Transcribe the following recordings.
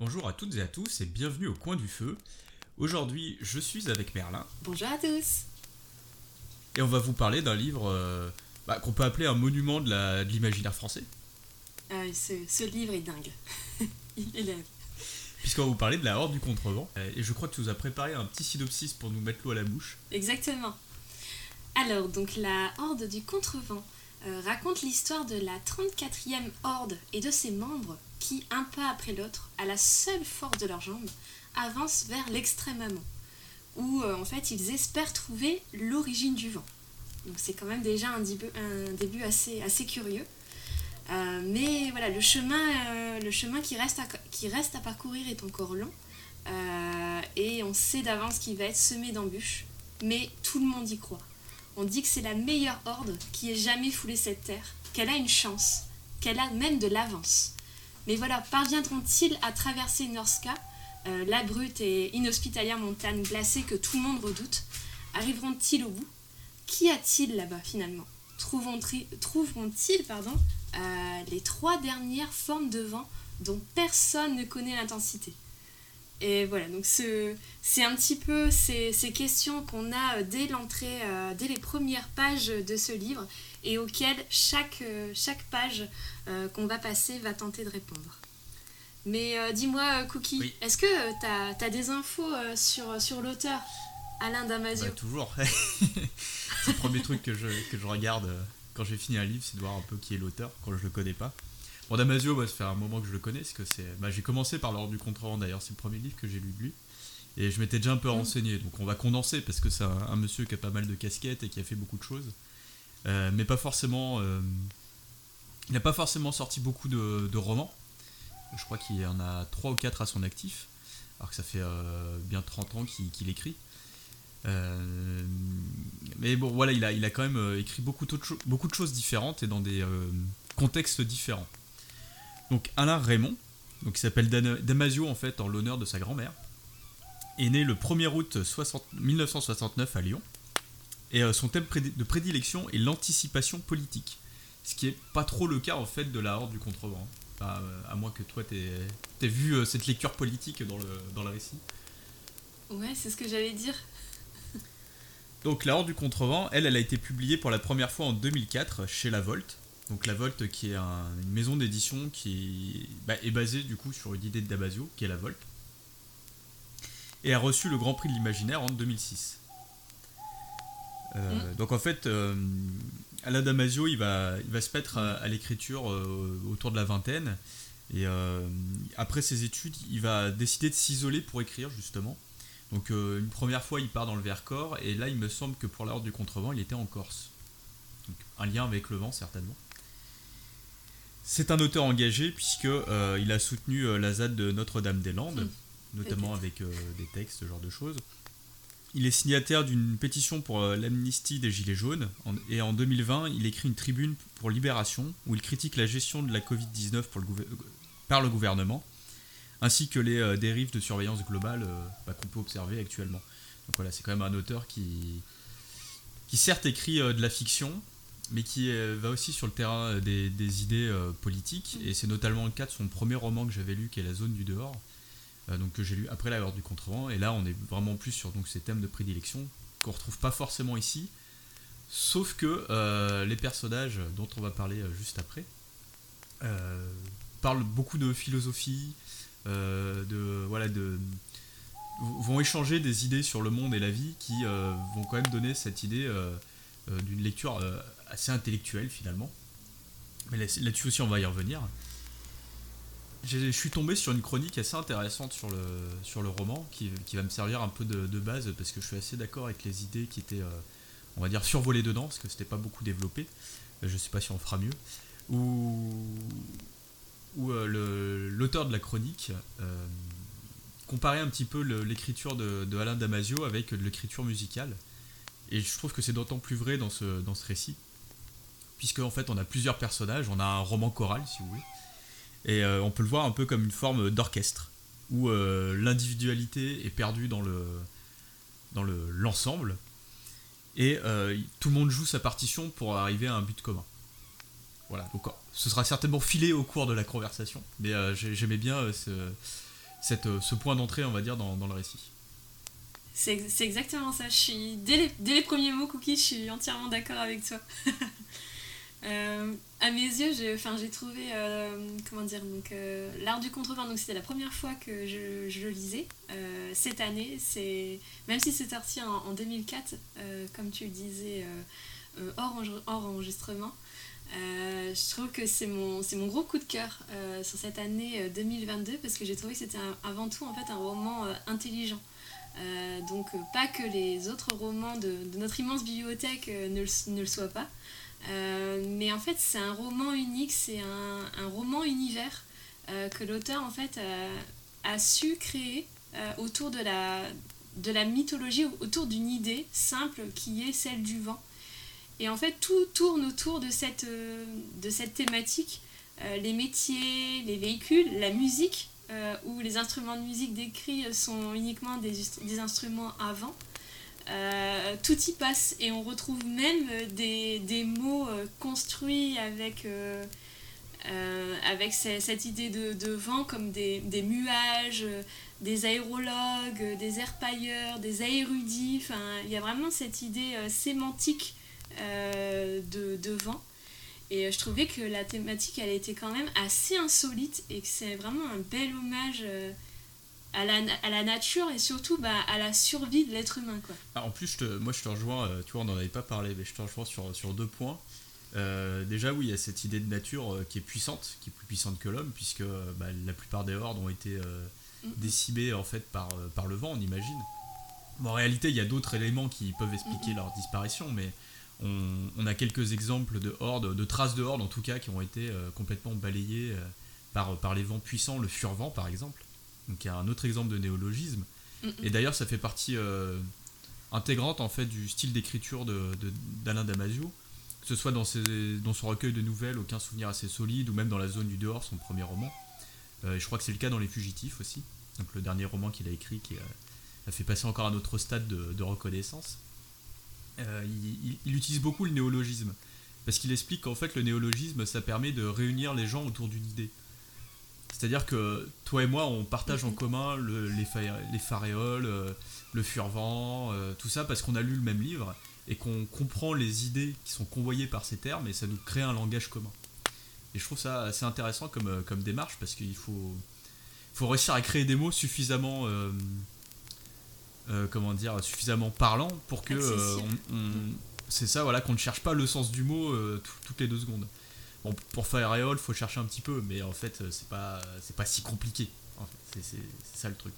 Bonjour à toutes et à tous et bienvenue au Coin du Feu. Aujourd'hui, je suis avec Merlin Bonjour à tous. et on va vous parler d'un livre qu'on peut appeler un monument de l'imaginaire français, Ce livre est dingue. Il est là. puisqu'on va vous parler de La Horde du Contrevent. Et je crois que tu nous as préparé un petit synopsis pour nous mettre l'eau à la bouche. Exactement. Alors, donc la Horde du Contrevent raconte l'histoire de la 34e Horde et de ses membres qui, un pas après l'autre, à la seule force de leurs jambes, avancent vers l'extrême amont, où en fait ils espèrent trouver l'origine du vent. Donc c'est quand même déjà un début assez curieux. Mais voilà, le chemin qui reste à parcourir est encore long. Et on sait d'avance qu'il va être semé d'embûches. Mais tout le monde y croit. On dit que c'est la meilleure horde qui ait jamais foulé cette terre, qu'elle a une chance, qu'elle a même de l'avance. Mais voilà, parviendront-ils à traverser Norska, la brute et inhospitalière montagne glacée que tout le monde redoute? Arriveront-ils au bout? Qu'y a-t-il là-bas finalement? Trouveront-ils les 3 dernières formes de vent dont personne ne connaît l'intensité? Et voilà, donc c'est un petit peu ces questions qu'on a dès l'entrée, dès les premières pages de ce livre et auxquelles chaque page qu'on va passer va tenter de répondre. Mais dis-moi, Cookie, Oui. est-ce que t'as des infos sur l'auteur, Alain Damasio? Toujours. C'est le premier truc que je regarde quand j'ai fini un livre, c'est de voir un peu qui est l'auteur quand je le connais pas. Bon, Damasio, ça fait un moment que je le connais, parce que j'ai commencé par l'Ordre du Contrevent d'ailleurs, c'est le premier livre que j'ai lu de lui. Et je m'étais déjà un peu renseigné, donc on va condenser parce que c'est un monsieur qui a pas mal de casquettes et qui a fait beaucoup de choses. Mais pas forcément. Il n'a pas forcément sorti beaucoup de romans. Je crois qu'il y en a 3 ou 4 à son actif, alors que ça fait bien 30 ans qu'il écrit. Mais bon, voilà, il a quand même écrit beaucoup de choses différentes et dans des contextes différents. Donc Alain Raymond, donc il s'appelle Damasio en fait en l'honneur de sa grand-mère, est né le 1er août 1969 à Lyon. Et son thème de prédilection est l'anticipation politique. Ce qui est pas trop le cas en fait de la Horde du Contrevent. Enfin, à moins que toi t'aies vu cette lecture politique dans le récit. Ouais, c'est ce que j'allais dire. Donc la Horde du Contrevent, elle a été publiée pour la première fois en 2004 chez La Volte. Donc La Volte qui est une maison d'édition qui est basée du coup sur une idée de Damasio, qui est La Volte. Et a reçu le Grand Prix de l'Imaginaire en 2006. Donc en fait, Alain Damasio, il va se mettre à l'écriture autour de la vingtaine. Et après ses études, il va décider de s'isoler pour écrire justement. Donc une première fois, il part dans le Vercors. Et là, il me semble que pour la Horde du Contrevent, il était en Corse. Donc un lien avec le vent, certainement. C'est un auteur engagé puisqu'il a soutenu la ZAD de Notre-Dame-des-Landes, notamment avec des textes, ce genre de choses. Il est signataire d'une pétition pour l'amnistie des Gilets jaunes et en 2020, il écrit une tribune pour Libération où il critique la gestion de la Covid-19 par le gouvernement ainsi que les dérives de surveillance globale qu'on peut observer actuellement. Donc voilà, c'est quand même un auteur qui certes écrit de la fiction, mais qui va aussi sur le terrain des idées politiques, et c'est notamment le cas de son premier roman que j'avais lu, qui est La Zone du Dehors, donc que j'ai lu après La Horde du Contrevent, et là on est vraiment plus sur donc, ces thèmes de prédilection qu'on retrouve pas forcément ici, sauf que les personnages dont on va parler juste après parlent beaucoup de philosophie, vont échanger des idées sur le monde et la vie qui vont quand même donner cette idée d'une lecture assez intellectuelle finalement. Mais là-dessus aussi on va y revenir. Je suis tombé sur une chronique assez intéressante sur le roman qui va me servir un peu de base parce que je suis assez d'accord avec les idées qui étaient on va dire survolées dedans parce que c'était pas beaucoup développé. Je sais pas si on fera mieux. Où l'auteur de la chronique comparait un petit peu l'écriture de Alain Damasio avec de l'écriture musicale. Et je trouve que c'est d'autant plus vrai dans ce récit, puisque en fait on a plusieurs personnages, on a un roman choral si vous voulez, et on peut le voir un peu comme une forme d'orchestre, où l'individualité est perdue dans l'ensemble, et tout le monde joue sa partition pour arriver à un but commun. Voilà, donc ce sera certainement filé au cours de la conversation, mais j'aimais bien ce point d'entrée, on va dire, dans le récit. C'est exactement ça. Dès les premiers mots, Cookie, je suis entièrement d'accord avec toi. À mes yeux, j'ai trouvé comment dire, donc, l'art du contrevent. Donc c'était la première fois que je le lisais cette année. Même si c'est sorti en 2004, comme tu le disais, hors enregistrement. Je trouve que c'est mon gros coup de cœur sur cette année 2022 parce que j'ai trouvé que c'était avant tout en fait un roman intelligent. Donc pas que les autres romans de notre immense bibliothèque ne le soient pas. Mais en fait c'est un roman unique, c'est un roman univers que l'auteur en fait a su créer autour de la mythologie, autour d'une idée simple qui est celle du vent. Et en fait tout tourne autour de cette thématique, les métiers, les véhicules, la musique, où les instruments de musique décrits sont uniquement des instruments à vent. Tout y passe et on retrouve même des mots construits avec cette idée de vent comme des muages, des aérologues, des airpailleurs, des aérudits. Enfin, il y a vraiment cette idée sémantique de vent. Et je trouvais que la thématique, elle était quand même assez insolite et que c'est vraiment un bel hommage à la nature et surtout à la survie de l'être humain, quoi. Ah, en plus, moi je te rejoins, tu vois, on n'en avait pas parlé, mais je te rejoins sur 2 points. Déjà, oui, il y a cette idée de nature qui est puissante, qui est plus puissante que l'homme, puisque la plupart des hordes ont été décimées en fait par le vent, on imagine. Bon, en réalité, il y a d'autres éléments qui peuvent expliquer leur disparition, mais on a quelques exemples de hordes, de traces de hordes en tout cas, qui ont été complètement balayées par les vents puissants, le furvent par exemple. Donc il y a un autre exemple de néologisme. Et d'ailleurs, ça fait partie intégrante en fait du style d'écriture d'Alain Damasio, que ce soit dans son recueil de nouvelles Aucun souvenir assez solide, ou même dans La zone du dehors, son premier roman. Et je crois que c'est le cas dans Les Fugitifs aussi, donc le dernier roman qu'il a écrit qui a fait passer encore à un autre stade de reconnaissance. Il utilise beaucoup le néologisme, parce qu'il explique qu'en fait le néologisme ça permet de réunir les gens autour d'une idée. C'est-à-dire que toi et moi on partage en commun les faréoles, le furvent, tout ça parce qu'on a lu le même livre et qu'on comprend les idées qui sont convoyées par ces termes et ça nous crée un langage commun. Et je trouve ça assez intéressant comme démarche parce qu'il faut réussir à créer des mots suffisamment suffisamment parlant pour que c'est ça, voilà, qu'on ne cherche pas le sens du mot toutes les 2 secondes. Bon, pour faire Aéole, faut chercher un petit peu, mais en fait, c'est pas si compliqué. En fait, c'est ça le truc.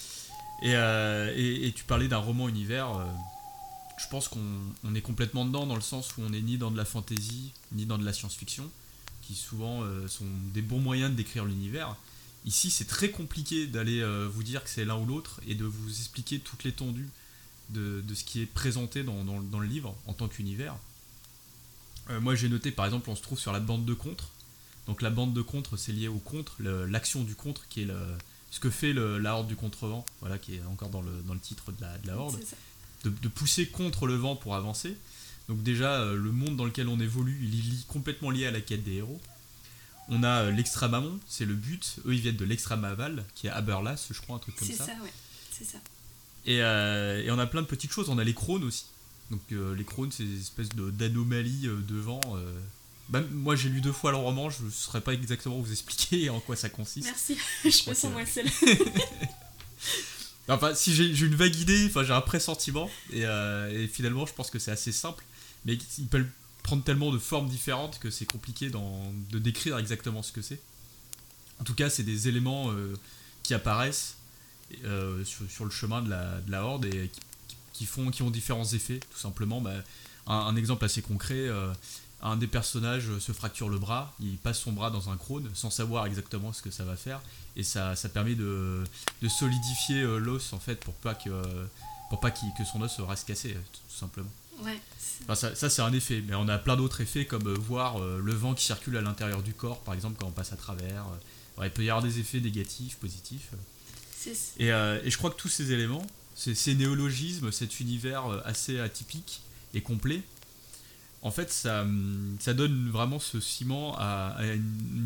Et tu parlais d'un roman univers. Je pense qu'on est complètement dedans, dans le sens où on n'est ni dans de la fantasy, ni dans de la science-fiction, qui souvent sont des bons moyens de décrire l'univers. Ici, c'est très compliqué d'aller vous dire que c'est l'un ou l'autre et de vous expliquer toute l'étendue de ce qui est présenté dans le livre en tant qu'univers. Moi, j'ai noté, par exemple, on se trouve sur la bande de contre. Donc la bande de contre, c'est lié au contre, l'action du contre, qui est ce que fait la horde du contrevent, voilà, qui est encore dans le titre de la horde, de pousser contre le vent pour avancer. Donc déjà, le monde dans lequel on évolue, il est complètement lié à la quête des héros. On a l'extrême amont, c'est le but. Eux, ils viennent de l'extrême aval, qui est Aberlas, je crois, un truc comme ça. C'est ça, ouais. C'est ça. Et on a plein de petites choses. On a les crônes aussi. Donc les crônes, c'est des espèces d'anomalies de vent. Moi, j'ai lu 2 fois le roman. Je ne saurais pas exactement vous expliquer en quoi ça consiste. Merci, je me sens moins seule. Enfin, si j'ai une vague idée, enfin, j'ai un pressentiment. Et finalement, je pense que c'est assez simple. Mais ils peuvent prendre tellement de formes différentes que c'est compliqué de décrire exactement ce que c'est. En tout cas, c'est des éléments qui apparaissent sur le chemin de la horde et qui ont différents effets, tout simplement. Un exemple assez concret, un des personnages se fracture le bras, il passe son bras dans un crâne sans savoir exactement ce que ça va faire, et ça permet de solidifier l'os en fait pour pas que son os reste cassé, tout simplement. Ouais. Enfin, ça c'est un effet, mais on a plein d'autres effets comme voir le vent qui circule à l'intérieur du corps, par exemple quand on passe à travers. Il peut y avoir des effets négatifs, positifs. Et je crois que tous ces éléments, ces néologismes, cet univers assez atypique et complet, en fait ça donne vraiment ce ciment à une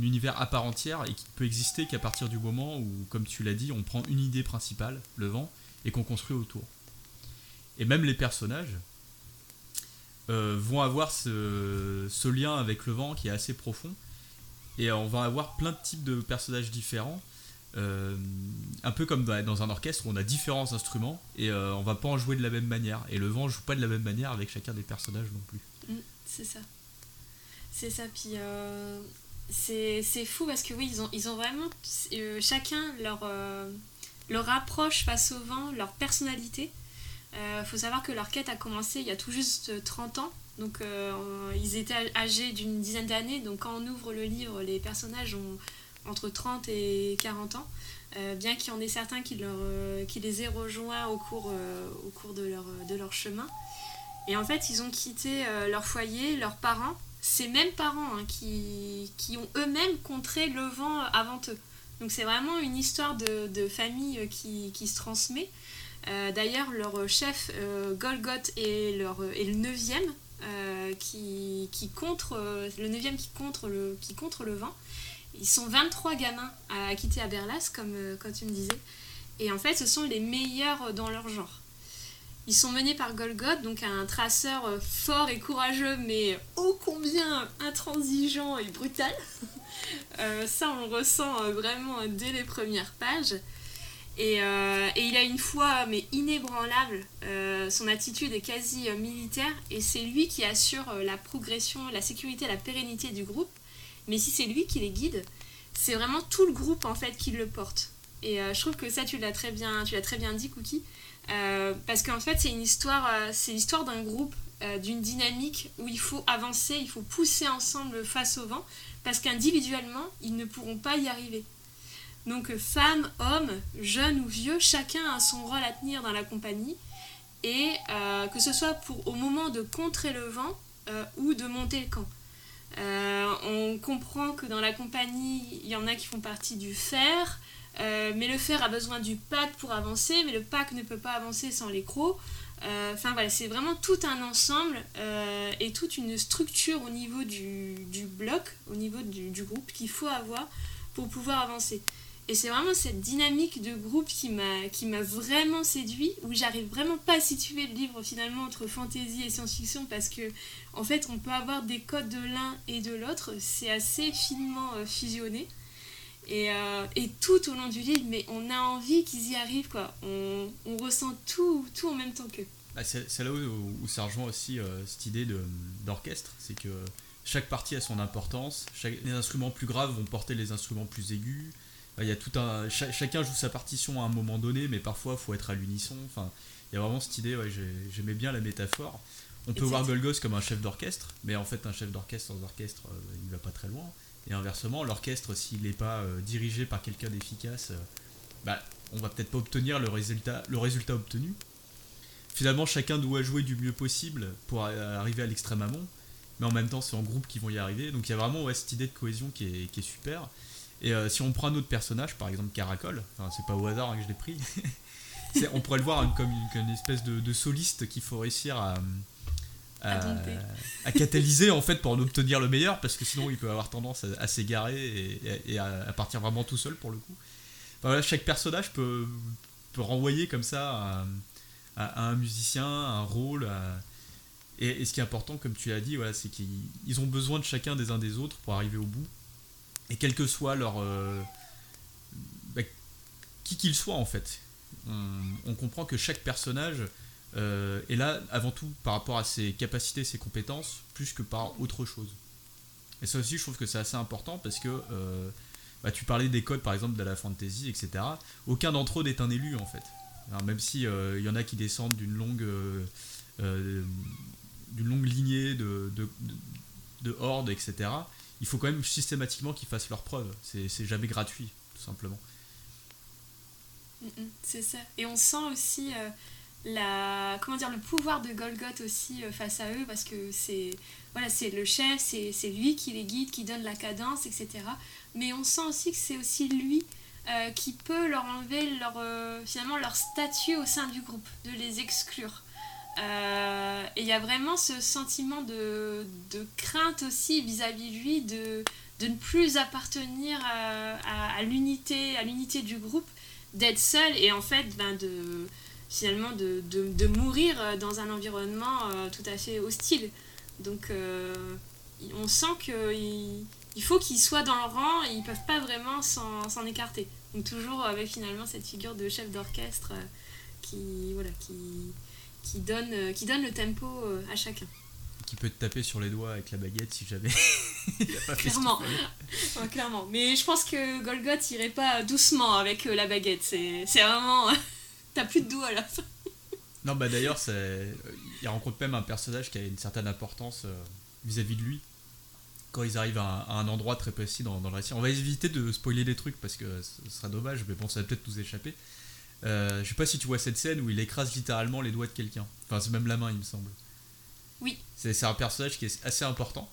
univers à part entière et qui ne peut exister qu'à partir du moment où, comme tu l'as dit, on prend une idée principale, le vent, et qu'on construit autour. Et même les personnages vont avoir ce lien avec le vent qui est assez profond, et on va avoir plein de types de personnages différents, un peu comme dans un orchestre où on a différents instruments, et on va pas en jouer de la même manière, et le vent joue pas de la même manière avec chacun des personnages non plus. C'est ça. C'est ça, puis c'est fou parce que oui, ils ont vraiment chacun leur approche face au vent, leur personnalité. Faut savoir que leur quête a commencé il y a tout juste 30 ans, donc ils étaient âgés d'une dizaine d'années, donc quand on ouvre le livre, les personnages ont entre 30 et 40 ans, bien qu'il y en ait certains qui les aient rejoints au cours de leur chemin. Et en fait, ils ont quitté leur foyer, leurs parents, ces mêmes parents qui ont eux-mêmes contré le vent avant eux. Donc c'est vraiment une histoire de famille qui se transmet. D'ailleurs, leur chef Golgoth est le 9e qui contre le vent. Ils sont 23 gamins à quitter Aberlas, comme tu me disais. Et en fait, ce sont les meilleurs dans leur genre. Ils sont menés par Golgoth, donc un traceur fort et courageux, mais ô combien intransigeant et brutal. Ça, on le ressent vraiment dès les premières pages. Et il a une foi mais inébranlable, son attitude est quasi militaire, et c'est lui qui assure la progression, la sécurité, la pérennité du groupe. Mais si c'est lui qui les guide, c'est vraiment tout le groupe en fait qui le porte. Et je trouve que ça tu l'as très bien dit, Cookie, parce qu'en fait c'est l'histoire d'un groupe, d'une dynamique où il faut avancer, il faut pousser ensemble face au vent, parce qu'individuellement ils ne pourront pas y arriver. Donc femmes, hommes, jeunes ou vieux, chacun a son rôle à tenir dans la compagnie, et que ce soit au moment de contrer le vent ou de monter le camp. On comprend que dans la compagnie, il y en a qui font partie du fer, mais le fer a besoin du pack pour avancer, mais le pack ne peut pas avancer sans les crocs. Enfin voilà, c'est vraiment tout un ensemble et toute une structure au niveau du bloc, au niveau du groupe qu'il faut avoir pour pouvoir avancer. Et c'est vraiment cette dynamique de groupe qui m'a vraiment séduit, où j'arrive vraiment pas à situer le livre finalement entre fantasy et science-fiction, parce que en fait on peut avoir des codes de l'un et de l'autre, c'est assez finement fusionné. Et tout au long du livre, mais on a envie qu'ils y arrivent, quoi. On ressent tout en même temps qu'eux. C'est là où ça rejoint aussi cette idée d'orchestre, c'est que chaque partie a son importance, les instruments plus graves vont porter les instruments plus aigus. Il y a chacun joue sa partition à un moment donné, mais parfois il faut être à l'unisson. Enfin, il y a vraiment cette idée, j'aimais bien la métaphore. On peut voir Golgoth comme un chef d'orchestre, mais en fait un chef d'orchestre sans orchestre, il va pas très loin. Et inversement, l'orchestre, s'il n'est pas dirigé par quelqu'un d'efficace, on va peut-être pas obtenir le résultat obtenu. Finalement, chacun doit jouer du mieux possible pour arriver à l'extrême amont, mais en même temps c'est en groupe qu'ils vont y arriver. Donc il y a vraiment cette idée de cohésion qui est super. Et si on prend un autre personnage, par exemple Caracol, c'est pas au hasard que je l'ai pris, on pourrait le voir comme une espèce de soliste qu'il faut réussir à catalyser en fait pour en obtenir le meilleur, parce que sinon il peut avoir tendance à s'égarer et à partir vraiment tout seul pour le coup. Enfin, voilà, chaque personnage peut renvoyer comme ça à un musicien, à un rôle, et ce qui est important, comme tu l'as dit, voilà, c'est qu'ils ont besoin de chacun des uns des autres pour arriver au bout. Et quel que soit leur qui qu'il soit en fait, on comprend que chaque personnage est là avant tout par rapport à ses capacités, ses compétences, plus que par autre chose. Et ça aussi, je trouve que c'est assez important, parce que tu parlais des codes par exemple de la fantasy, etc. Aucun d'entre eux n'est un élu en fait. Alors, même si y en a qui descendent d'une longue lignée de hordes, etc. Il faut quand même systématiquement qu'ils fassent leurs preuves. C'est jamais gratuit, tout simplement. C'est ça. Et on sent aussi le pouvoir de Golgoth aussi face à eux, parce que c'est le chef, c'est lui qui les guide, qui donne la cadence, etc. Mais on sent aussi que c'est aussi lui qui peut leur enlever finalement leur statut au sein du groupe, de les exclure. Et il y a vraiment ce sentiment de crainte aussi vis-à-vis de lui, de ne plus appartenir à l'unité du groupe, d'être seul et en fait finalement de mourir dans un environnement tout à fait hostile. Donc on sent qu'il faut qu'ils soient dans le rang et ils ne peuvent pas vraiment s'en écarter. Donc toujours avec finalement cette figure de chef d'orchestre qui donne le tempo à chacun. Qui peut te taper sur les doigts avec la baguette si jamais il n'a pas fait clairement. Ouais, clairement. Mais je pense que Golgoth irait pas doucement avec la baguette. C'est vraiment... T'as plus de doigts là. Non, bah d'ailleurs, il rencontre même un personnage qui a une certaine importance vis-à-vis de lui. Quand ils arrivent à un endroit très précis dans le récit. On va éviter de spoiler des trucs parce que ce sera dommage, mais bon, ça va peut-être nous échapper. Je sais pas si tu vois cette scène où il écrase littéralement les doigts de quelqu'un. Enfin, c'est même la main, il me semble. Oui. C'est un personnage qui est assez important.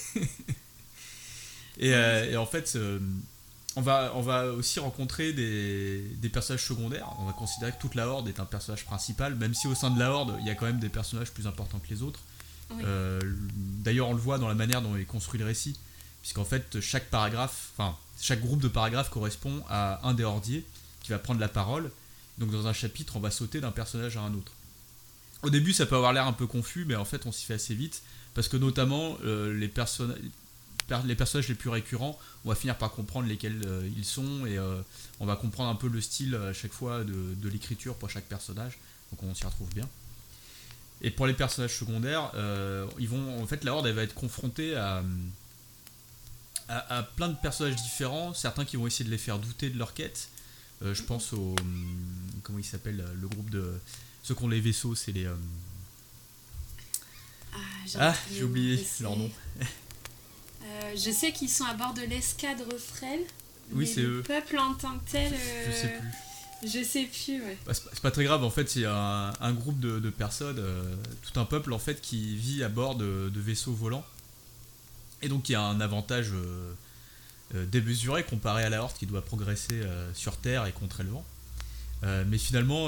et en fait, on va aussi rencontrer des personnages secondaires. On va considérer que toute la Horde est un personnage principal, même si au sein de la Horde, il y a quand même des personnages plus importants que les autres. Oui. D'ailleurs, on le voit dans la manière dont est construit le récit, puisqu'en fait, chaque groupe de paragraphes correspond à un des hordiers qui va prendre la parole. Donc dans un chapitre, on va sauter d'un personnage à un autre. Au début, ça peut avoir l'air un peu confus, mais en fait, on s'y fait assez vite, parce que notamment, les personnages les plus récurrents, on va finir par comprendre lesquels ils sont, et on va comprendre un peu le style à chaque fois de l'écriture pour chaque personnage, donc on s'y retrouve bien. Et pour les personnages secondaires, en fait, la Horde elle va être confrontée à plein de personnages différents, certains qui vont essayer de les faire douter de leur quête. Je pense au... Comment il s'appelle le groupe de... Ceux qui ont les vaisseaux, c'est les... j'ai oublié leur nom. Je sais qu'ils sont à bord de l'escadre frêle. Oui, c'est eux. Le peuple en tant que tel... Je sais plus. Je sais plus, ouais. Bah, c'est pas très grave, en fait, c'est un groupe de personnes, tout un peuple, en fait, qui vit à bord de vaisseaux volants. Et donc, il y a un avantage démesuré comparé à la Horde qui doit progresser sur Terre et contrer le vent. Mais finalement...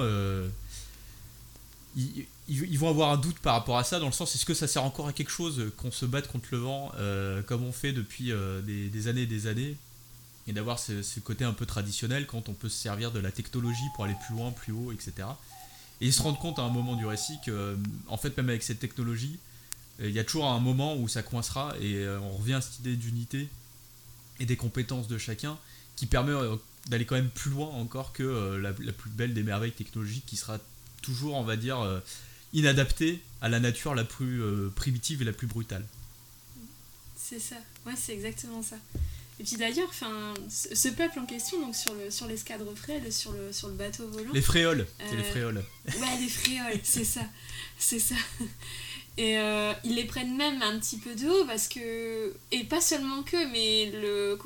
Ils vont avoir un doute par rapport à ça, dans le sens est-ce que ça sert encore à quelque chose qu'on se batte contre le vent comme on fait depuis des années et des années, et d'avoir ce côté un peu traditionnel quand on peut se servir de la technologie pour aller plus loin, plus haut, etc. Et ils se rendent compte à un moment du récit que en fait même avec cette technologie il y a toujours un moment où ça coincera, et on revient à cette idée d'unité et des compétences de chacun qui permet d'aller quand même plus loin encore que la plus belle des merveilles technologiques qui sera toujours, on va dire, inadapté à la nature la plus primitive et la plus brutale. C'est ça, ouais, c'est exactement ça. Et puis d'ailleurs, ce peuple en question, donc sur l'escadre frêle, sur le bateau volant... Les fréoles, c'est les fréoles. Ouais, les fréoles, c'est ça. Et ils les prennent même un petit peu de haut parce que... Et pas seulement qu'eux, mais le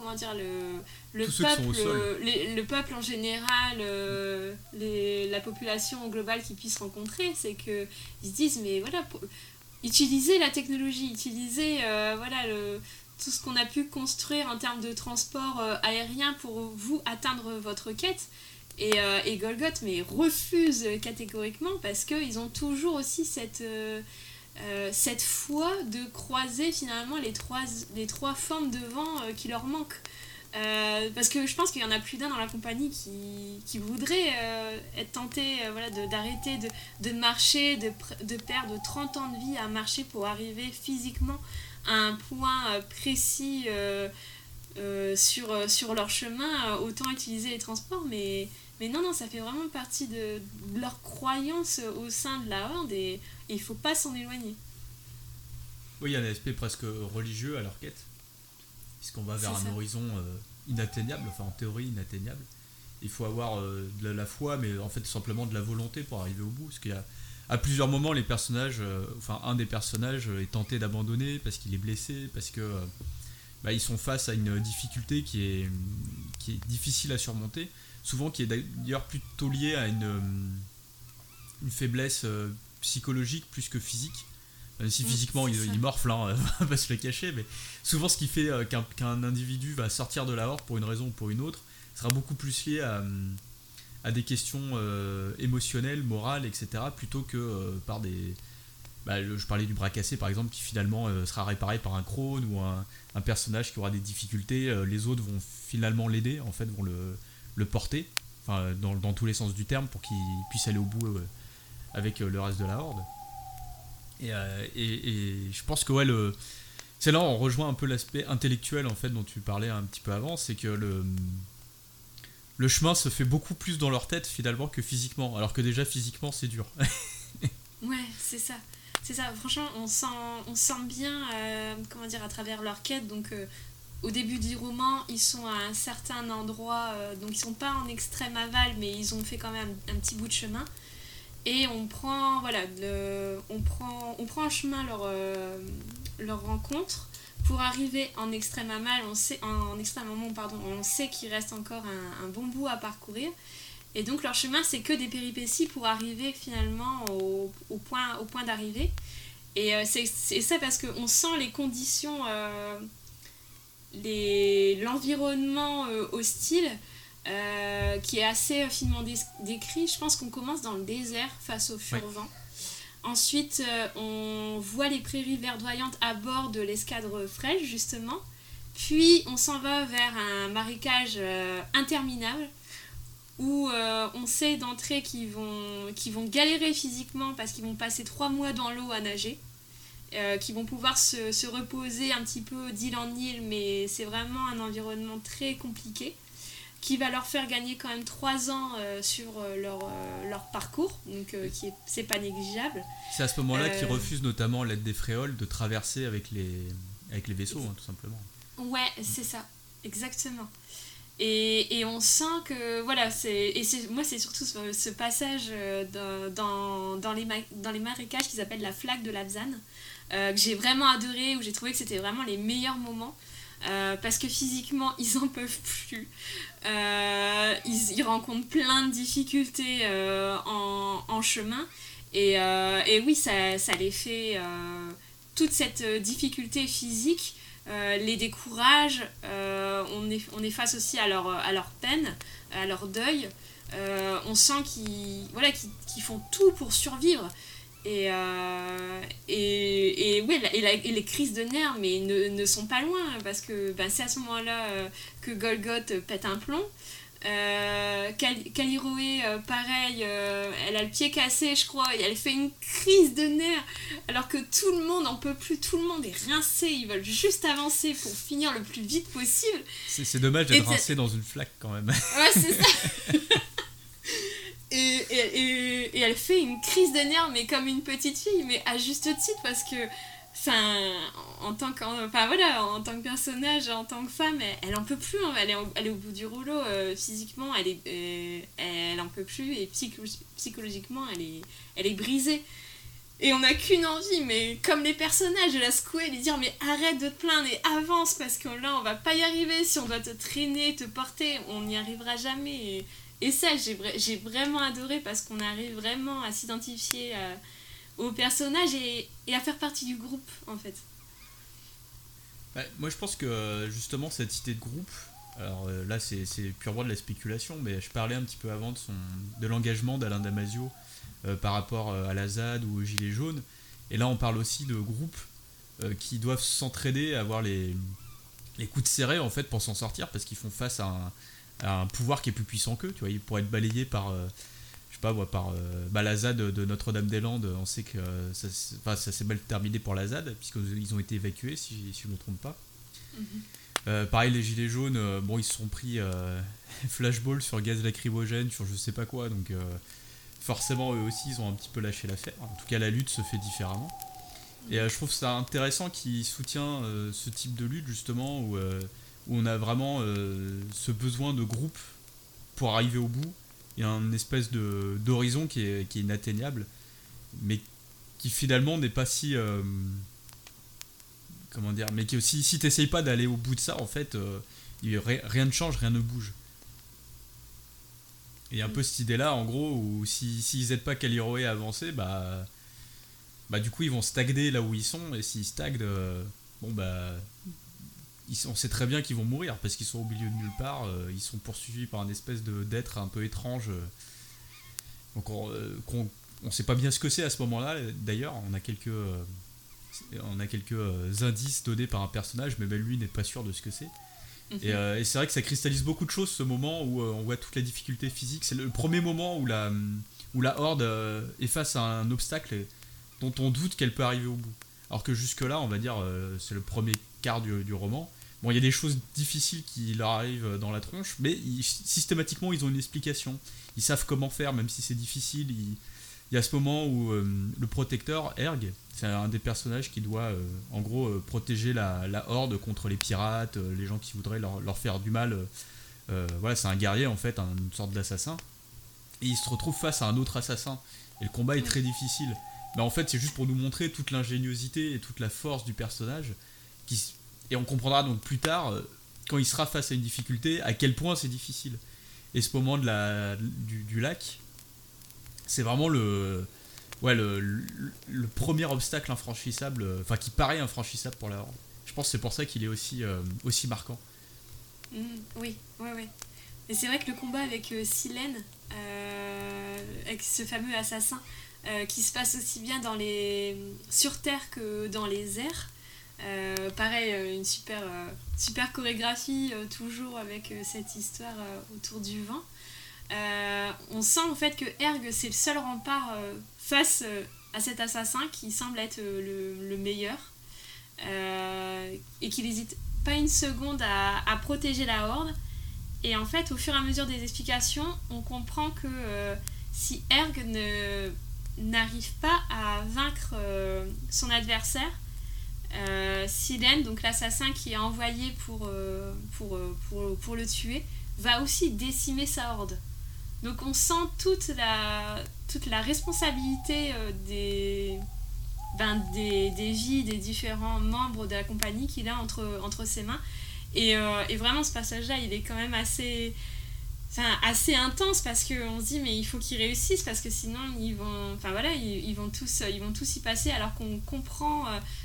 peuple en général, la population globale qu'ils puissent rencontrer, c'est qu'ils se disent, mais voilà, utilisez la technologie, utilisez tout ce qu'on a pu construire en termes de transport aérien pour vous atteindre votre quête. Et Golgoth refuse catégoriquement parce qu'ils ont toujours aussi cette foi de croiser finalement les trois formes de vent qui leur manquent. Parce que je pense qu'il y en a plus d'un dans la compagnie qui voudrait être tenté d'arrêter de marcher, de perdre 30 ans de vie à marcher pour arriver physiquement à un point précis sur leur chemin, autant utiliser les transports, mais non, ça fait vraiment partie de leur croyance au sein de la Horde, et il ne faut pas s'en éloigner. Oui, il y a un aspect presque religieux à leur quête, puisqu'on va vers un horizon inatteignable, enfin en théorie inatteignable. Il faut avoir de la foi, mais en fait simplement de la volonté pour arriver au bout, parce qu'il y a à plusieurs moments les personnages, un des personnages est tenté d'abandonner parce qu'il est blessé, parce que ils sont face à une difficulté qui est difficile à surmonter, souvent qui est d'ailleurs plutôt liée à une faiblesse psychologique plus que physique. Même si physiquement il morfle, on va pas se le cacher, mais souvent ce qui fait qu'un individu va sortir de la Horde pour une raison ou pour une autre sera beaucoup plus lié à des questions émotionnelles, morales, etc., plutôt que par je parlais du bras cassé par exemple, qui finalement sera réparé par un crone ou un personnage qui aura des difficultés. Les autres vont finalement l'aider, en fait, vont le porter, enfin, dans tous les sens du terme, pour qu'il puisse aller au bout avec le reste de la horde. Et je pense que c'est là où on rejoint un peu l'aspect intellectuel en fait dont tu parlais un petit peu avant, c'est que le chemin se fait beaucoup plus dans leur tête finalement que physiquement, alors que déjà physiquement c'est dur. Ouais, c'est ça. C'est ça, franchement, on sent bien, comment dire, à travers leur quête. Donc, au début du roman, ils sont à un certain endroit, donc ils sont pas en extrême aval, mais ils ont fait quand même un petit bout de chemin. Et on prend, voilà, on prend en chemin leur rencontre pour arriver en extrême aval. En extrême moment, pardon, on sait qu'il reste encore un bon bout à parcourir. Et donc leur chemin, c'est que des péripéties pour arriver finalement au point d'arrivée. Et c'est ça parce qu'on sent les conditions, l'environnement hostile qui est assez finement décrit. Je pense qu'on commence dans le désert face au Furvent. Ouais. Ensuite, on voit les prairies verdoyantes à bord de l'escadre Fresh, justement. Puis, on s'en va vers un marécage interminable où on sait d'entrée qu'ils vont galérer physiquement parce qu'ils vont passer 3 mois dans l'eau à nager, qu'ils vont pouvoir se reposer un petit peu d'île en île, mais c'est vraiment un environnement très compliqué qui va leur faire gagner quand même 3 ans sur leur parcours, donc c'est pas négligeable. C'est à ce moment-là qu'ils refusent notamment l'aide des Fréoles de traverser avec les vaisseaux, tout simplement. Ouais, c'est ça, exactement. Et on sent que, voilà, moi c'est surtout ce passage dans les marécages qu'ils appellent la flaque de Lavzan, que j'ai vraiment adoré, où j'ai trouvé que c'était vraiment les meilleurs moments. Parce que physiquement ils en peuvent plus, ils rencontrent plein de difficultés en chemin et oui ça les fait, toute cette difficulté physique les décourage, on est face aussi à leur peine, à leur deuil, on sent qu'ils font tout pour survivre. Et les crises de nerfs mais ne sont pas loin parce que c'est à ce moment-là que Golgoth pète un plomb. Caliroé, pareil, elle a le pied cassé, je crois, et elle fait une crise de nerfs alors que tout le monde en peut plus, tout le monde est rincé, ils veulent juste avancer pour finir le plus vite possible. C'est dommage d'être rincé dans une flaque quand même. Ouais, c'est ça. Et elle fait une crise de nerfs mais comme une petite fille, mais à juste titre parce que en tant que personnage, en tant que femme, elle en peut plus, hein, elle est au bout du rouleau, physiquement elle en peut plus et psychologiquement elle est brisée. Et on n'a qu'une envie, mais comme les personnages, de la secouer, lui dire mais arrête de te plaindre et avance parce que là on va pas y arriver, si on doit te traîner, te porter, on n'y arrivera jamais. Et ça, j'ai vraiment adoré parce qu'on arrive vraiment à s'identifier aux personnages et à faire partie du groupe, en fait. Moi, je pense que justement, cette idée de groupe, alors là, c'est purement de la spéculation, mais je parlais un petit peu avant de l'engagement d'Alain Damasio par rapport à la ZAD ou aux Gilets jaunes. Et là, on parle aussi de groupes qui doivent s'entraider, avoir les coudes serrés, en fait, pour s'en sortir, parce qu'ils font face à un pouvoir qui est plus puissant qu'eux, tu vois, ils pourraient être balayés par la ZAD de Notre-Dame-des-Landes. On sait que ça s'est mal terminé pour la ZAD puisqu'ils ont été évacués, si je ne me trompe pas. Pareil, les gilets jaunes, ils se sont pris flashball sur gaz lacrymogène, sur je sais pas quoi, donc forcément eux aussi ils ont un petit peu lâché l'affaire. En tout cas la lutte se fait différemment. Et je trouve ça intéressant qu'il soutient ce type de lutte justement où on a vraiment ce besoin de groupe pour arriver au bout. Il y a une espèce d'horizon qui est inatteignable, mais qui finalement n'est pas si... comment dire, mais qui aussi, si t'essayes pas d'aller au bout de ça, en fait, rien ne change, rien ne bouge. Et il y a un peu cette idée-là, en gros, où s'ils aident pas Caliroé à avancer, du coup, ils vont stagner là où ils sont, et s'ils stagnent, on sait très bien qu'ils vont mourir parce qu'ils sont au milieu de nulle part, ils sont poursuivis par une espèce d'être un peu étrange, donc On sait pas bien ce que c'est à ce moment-là, d'ailleurs, on a quelques indices donnés par un personnage, mais même lui n'est pas sûr de ce que c'est. Et c'est vrai que ça cristallise beaucoup de choses, ce moment où on voit toute la difficulté physique. C'est le premier moment où la Horde est face à un obstacle dont on doute qu'elle peut arriver au bout. Alors que jusque-là, on va dire, c'est le premier quart du roman. Bon, il y a des choses difficiles qui leur arrivent dans la tronche, mais systématiquement, ils ont une explication. Ils savent comment faire, même si c'est difficile. Il y a ce moment où le protecteur, Erg, c'est un des personnages qui doit, en gros, protéger la Horde contre les pirates, les gens qui voudraient leur faire du mal. Voilà, c'est un guerrier, en fait, une sorte d'assassin. Et il se retrouve face à un autre assassin. Et le combat est très difficile. Mais en fait, c'est juste pour nous montrer toute l'ingéniosité et toute la force du personnage. Et on comprendra donc plus tard, quand il sera face à une difficulté, à quel point c'est difficile. Et ce moment du lac, c'est vraiment le premier obstacle infranchissable, enfin qui paraît infranchissable pour la Horde. Je pense que c'est pour ça qu'il est aussi marquant. Oui. Et c'est vrai que le combat avec Silène, avec ce fameux assassin, qui se passe aussi bien sur Terre que dans les airs. Pareil, une super chorégraphie, toujours avec cette histoire autour du vent. On sent en fait que Erg, c'est le seul rempart face à cet assassin qui semble être le meilleur, et qu'il n'hésite pas une seconde à protéger la Horde. Et en fait, au fur et à mesure des explications, on comprend que si Erg n'arrive pas à vaincre son adversaire, Silène, donc l'assassin qui est envoyé pour le tuer, va aussi décimer sa horde. Donc on sent toute la responsabilité des vies des différents membres de la compagnie qu'il a entre ses mains. Et vraiment, ce passage-là, il est quand même assez intense, parce qu'on se dit mais il faut qu'ils réussissent, parce que sinon ils vont tous y passer, alors qu'on comprend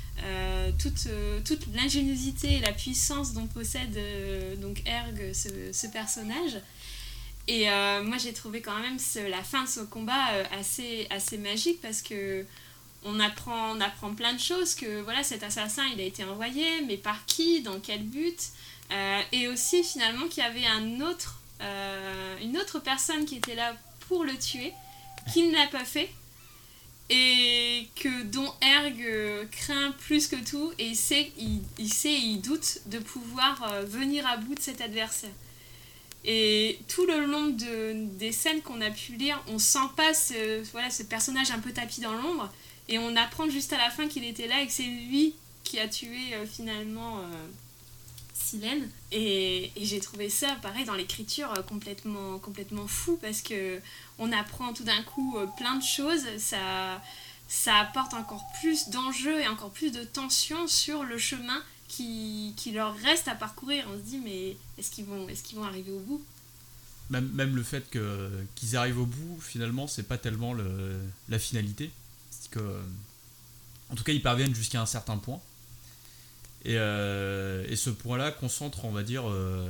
toute l'ingéniosité et la puissance dont possède donc Erg, ce personnage. Et moi j'ai trouvé quand même la fin de ce combat assez magique, parce que on apprend plein de choses, que voilà, cet assassin il a été envoyé, mais par qui, dans quel but, et aussi finalement qu'il y avait une autre personne qui était là pour le tuer, qui ne l'a pas fait, et dont Erg craint plus que tout, et il doute de pouvoir venir à bout de cet adversaire. Et tout le long des scènes qu'on a pu lire, on sent pas ce personnage un peu tapis dans l'ombre, et on apprend juste à la fin qu'il était là et que c'est lui qui a tué finalement Silène. Et j'ai trouvé ça, pareil, dans l'écriture, complètement fou, parce que on apprend tout d'un coup plein de choses. Ça apporte encore plus d'enjeux et encore plus de tension sur le chemin qui leur reste à parcourir. On se dit, mais est-ce qu'ils vont arriver au bout ? Même le fait qu'ils arrivent au bout, finalement, c'est pas tellement la finalité. C'est que, en tout cas, ils parviennent jusqu'à un certain point. Et ce point-là concentre, on va dire,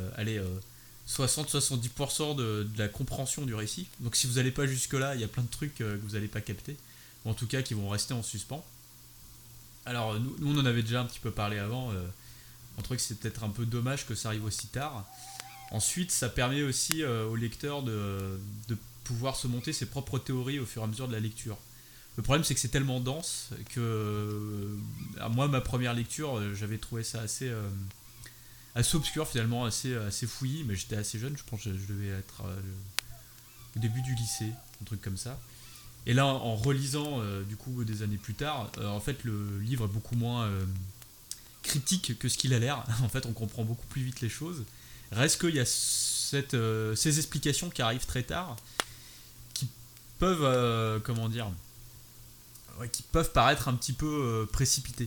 60-70% de la compréhension du récit. Donc si vous n'allez pas jusque-là, il y a plein de trucs que vous n'allez pas capter, ou en tout cas qui vont rester en suspens. Alors nous on en avait déjà un petit peu parlé avant, on trouvait que c'est peut-être un peu dommage que ça arrive aussi tard. Ensuite, ça permet aussi au lecteur de pouvoir se monter ses propres théories au fur et à mesure de la lecture. Le problème, c'est que c'est tellement dense que, moi, ma première lecture, j'avais trouvé ça assez obscur, finalement, assez fouillis, mais j'étais assez jeune, je pense que je devais être au début du lycée, un truc comme ça. Et là, en relisant, du coup, des années plus tard, en fait, le livre est beaucoup moins cryptique que ce qu'il a l'air. En fait, on comprend beaucoup plus vite les choses. Reste qu'il y a ces explications qui arrivent très tard, qui peuvent, qui peuvent paraître un petit peu précipitées.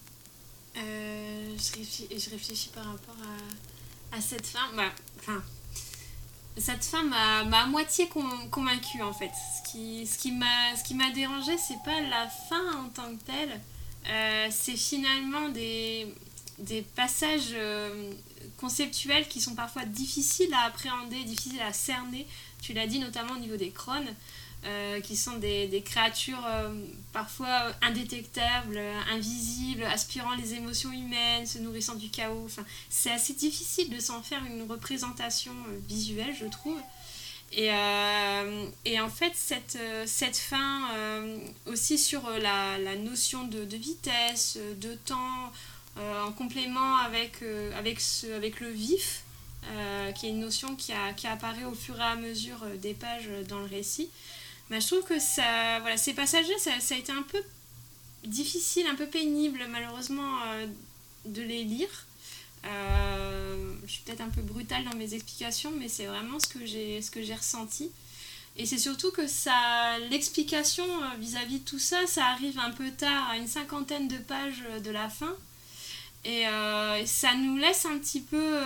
Je réfléchis par rapport à cette fin. Cette fin m'a à moitié convaincue, en fait. Ce qui m'a dérangé, c'est pas la fin en tant que telle, c'est finalement des passages conceptuels qui sont parfois difficiles à appréhender, difficiles à cerner. Tu l'as dit, notamment au niveau des chrones. qui sont des créatures parfois indétectables, invisibles, aspirant les émotions humaines, se nourrissant du chaos. Enfin, c'est assez difficile de s'en faire une représentation visuelle, je trouve. Et en fait, cette fin, aussi sur la notion de vitesse, de temps, en complément avec le vif, qui est une notion qui apparaît au fur et à mesure des pages dans le récit. Je trouve que ces passages-là, ça a été un peu difficile, un peu pénible, malheureusement, de les lire. Je suis peut-être un peu brutale dans mes explications, mais c'est vraiment ce que j'ai ressenti. Et c'est surtout que l'explication vis-à-vis de tout ça, ça arrive un peu tard, à une 50aine de pages de la fin. Et ça nous laisse un petit peu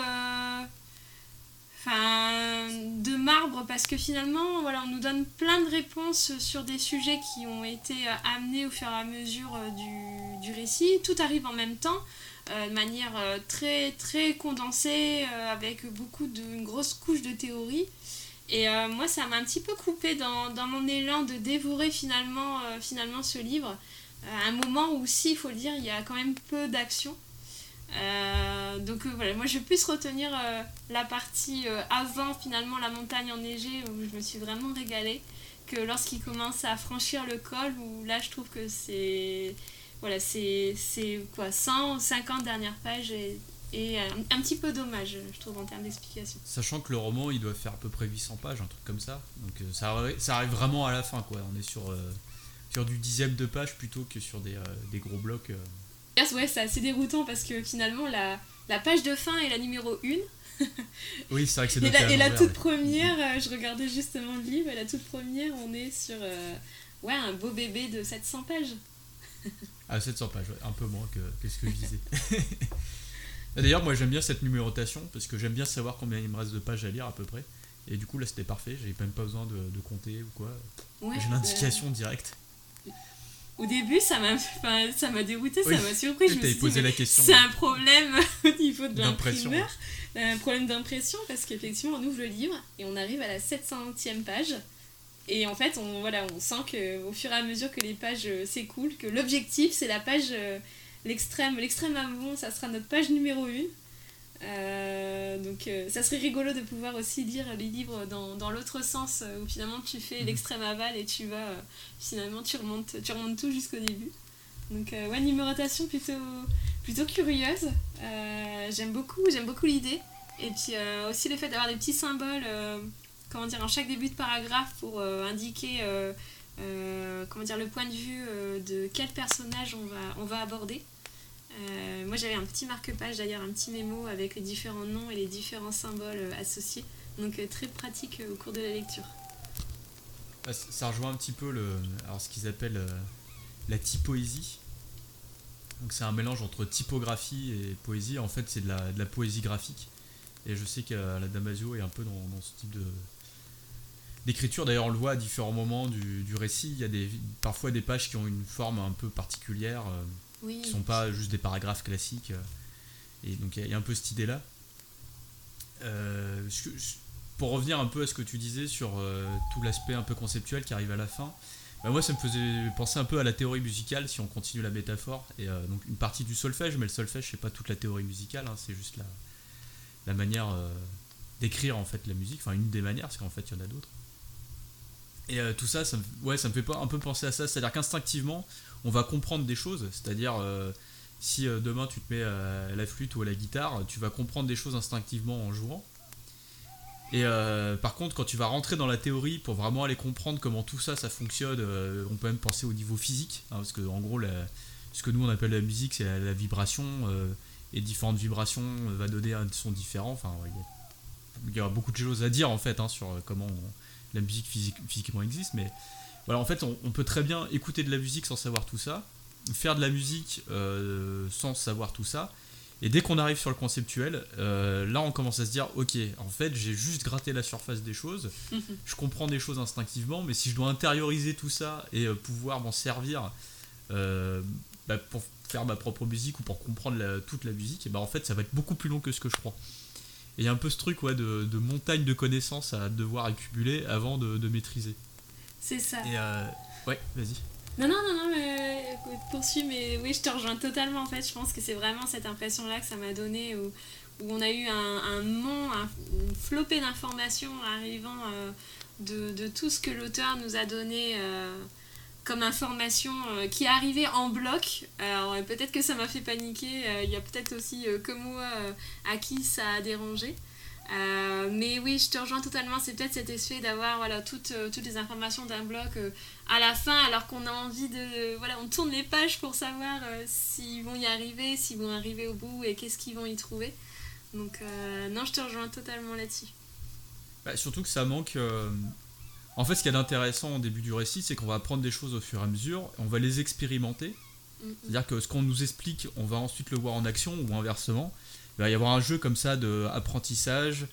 de marbre, parce que finalement, voilà, on nous donne plein de réponses sur des sujets qui ont été amenés au fur et à mesure du récit. Tout arrive en même temps, de manière très, très condensée, avec une grosse couche de théorie. Et moi, ça m'a un petit peu coupée dans mon élan de dévorer finalement ce livre. À un moment où, aussi, il faut le dire, il y a quand même peu d'action. Donc voilà, moi je vais plus retenir la partie avant finalement la montagne enneigée, où je me suis vraiment régalée, que lorsqu'il commence à franchir le col, où là je trouve que c'est 150 dernières pages et un petit peu dommage, je trouve, en termes d'explication. Sachant que le roman il doit faire à peu près 800 pages, un truc comme ça, donc ça arrive vraiment à la fin, quoi. On est sur du 10e de page plutôt que sur des gros blocs. Ouais, c'est assez déroutant, parce que finalement la page de fin est la numéro 1. Oui, c'est vrai que c'est noté et la toute première, je regardais justement le livre, et la toute première, on est sur un beau bébé de 700 pages. Ah, 700 pages, ouais, un peu moins que ce que je disais. D'ailleurs, moi j'aime bien cette numérotation, parce que j'aime bien savoir combien il me reste de pages à lire à peu près. Et du coup là c'était parfait, j'avais même pas besoin de compter ou quoi. Ouais, j'ai l'indication directe. Au début, ça m'a dérouté, oui, ça m'a surpris. Je me suis posé dit, la question, c'est un problème au niveau de l'impression, l'imprimeur, un problème d'impression, parce qu'effectivement, on ouvre le livre et on arrive à la 700e page. Et en fait, on sent qu'au fur et à mesure que les pages s'écoulent, que l'objectif, c'est la page, l'extrême avant, ça sera notre page numéro 1. Donc ça serait rigolo de pouvoir aussi lire les livres dans l'autre sens, où finalement tu fais l'extrême aval et tu vas finalement tu remontes tout jusqu'au début. Donc numérotation plutôt curieuse. J'aime beaucoup l'idée, et puis aussi le fait d'avoir des petits symboles en chaque début de paragraphe pour indiquer le point de vue de quel personnage on va aborder. Moi j'avais un petit marque-page, d'ailleurs, un petit mémo avec les différents noms et les différents symboles associés, donc très pratique au cours de la lecture. Ça rejoint un petit peu ce qu'ils appellent la typoésie. Donc c'est un mélange entre typographie et poésie. En fait c'est de la poésie graphique, et je sais qu'à la Damasio est un peu dans ce type d'écriture. D'ailleurs on le voit à différents moments du récit, il y a parfois des pages qui ont une forme un peu particulière, qui ne sont pas juste des paragraphes classiques, et donc il y a un peu cette idée là. Pour revenir un peu à ce que tu disais sur tout l'aspect un peu conceptuel qui arrive à la fin, moi ça me faisait penser un peu à la théorie musicale, si on continue la métaphore, et donc une partie du solfège, mais le solfège c'est pas toute la théorie musicale, hein, c'est juste la manière d'écrire en fait la musique, enfin une des manières, parce qu'en fait il y en a d'autres. Et tout ça, ça me fait un peu penser à ça, c'est-à-dire qu'instinctivement on va comprendre des choses, c'est-à-dire si demain tu te mets à la flûte ou à la guitare, tu vas comprendre des choses instinctivement en jouant. Et par contre, quand tu vas rentrer dans la théorie pour vraiment aller comprendre comment tout ça fonctionne, on peut même penser au niveau physique, hein, parce que en gros ce que nous on appelle la musique, c'est la vibration, et différentes vibrations va donner un son différent. Enfin, il y a beaucoup de choses à dire en fait, hein, sur comment la musique physiquement existe, mais voilà, en fait on peut très bien écouter de la musique sans savoir tout ça, faire de la musique sans savoir tout ça, et dès qu'on arrive sur le conceptuel, là on commence à se dire ok, en fait j'ai juste gratté la surface des choses, je comprends des choses instinctivement, mais si je dois intérioriser tout ça et pouvoir m'en servir pour faire ma propre musique ou pour comprendre toute la musique, et en fait ça va être beaucoup plus long que ce que je crois. Et il y a un peu ce truc de montagne de connaissances à devoir accumuler avant de maîtriser. C'est ça. Et ouais, vas-y. Non, mais poursuis, mais oui, je te rejoins totalement en fait. Je pense que c'est vraiment cette impression-là que ça m'a donné où on a eu une flopée d'informations arrivant de tout ce que l'auteur nous a donné comme information qui est arrivée en bloc. Alors peut-être que ça m'a fait paniquer, il y a peut-être aussi que moi à qui ça a dérangé. Mais oui, je te rejoins totalement. C'est peut-être cet effet d'avoir voilà, toutes les informations d'un bloc à la fin, alors qu'on a envie de. Voilà, on tourne les pages pour savoir s'ils vont y arriver, s'ils vont arriver au bout et qu'est-ce qu'ils vont y trouver. Donc, non, je te rejoins totalement là-dessus. Bah, surtout que ça manque. En fait, ce qu'il y a d'intéressant au début du récit, c'est qu'on va apprendre des choses au fur et à mesure, on va les expérimenter. C'est-à-dire que ce qu'on nous explique, on va ensuite le voir en action ou inversement. Il va y avoir un jeu comme ça d'apprentissage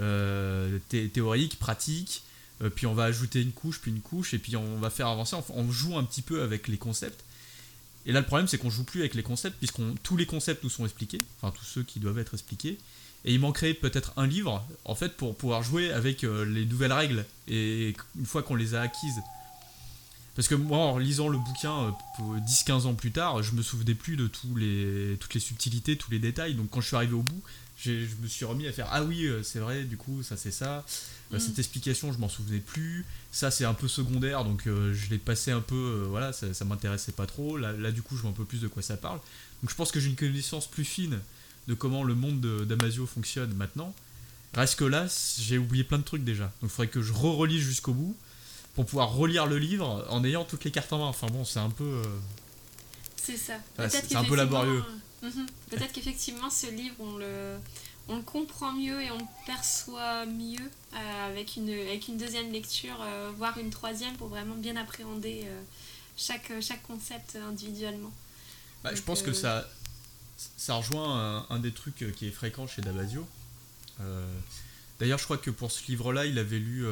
théorique, pratique, puis on va ajouter une couche, et puis on va faire avancer. On joue un petit peu avec les concepts. Et là, le problème, c'est qu'on joue plus avec les concepts, tous les concepts nous sont expliqués, enfin tous ceux qui doivent être expliqués. Et il manquerait peut-être un livre, en fait, pour pouvoir jouer avec les nouvelles règles. Et une fois qu'on les a acquises. Parce que moi, en lisant le bouquin 10-15 ans plus tard, je me souvenais plus de toutes les subtilités, tous les détails. Donc quand je suis arrivé au bout, je me suis remis à faire ah oui, c'est vrai, du coup, ça c'est ça. Cette explication, je m'en souvenais plus. Ça, c'est un peu secondaire, donc je l'ai passé un peu, voilà, ça m'intéressait pas trop. Là, du coup, je vois un peu plus de quoi ça parle. Donc je pense que j'ai une connaissance plus fine de comment le monde d'Amasio fonctionne maintenant. Reste que là, j'ai oublié plein de trucs déjà. Donc il faudrait que je relise jusqu'au bout pour pouvoir relire le livre en ayant toutes les cartes en main. Enfin bon, c'est un peu... C'est ça. c'est un peu laborieux. Peut-être qu'effectivement, ce livre, on le comprend mieux et on le perçoit mieux avec une deuxième lecture, voire une troisième, pour vraiment bien appréhender chaque concept individuellement. Donc, je pense que ça rejoint un des trucs qui est fréquent chez Damasio. D'ailleurs, je crois que pour ce livre-là, il avait lu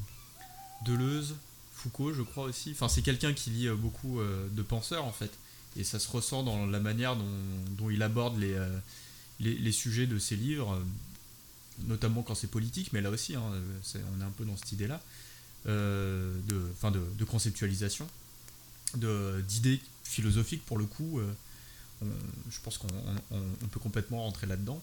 Deleuze, Foucault, je crois aussi. Enfin, c'est quelqu'un qui lit beaucoup de penseurs, en fait. Et ça se ressent dans la manière dont il aborde les sujets de ses livres, notamment quand c'est politique, mais là aussi, hein, on est un peu dans cette idée-là, de conceptualisation, d'idées philosophiques, pour le coup. Je pense qu'on peut complètement rentrer là-dedans.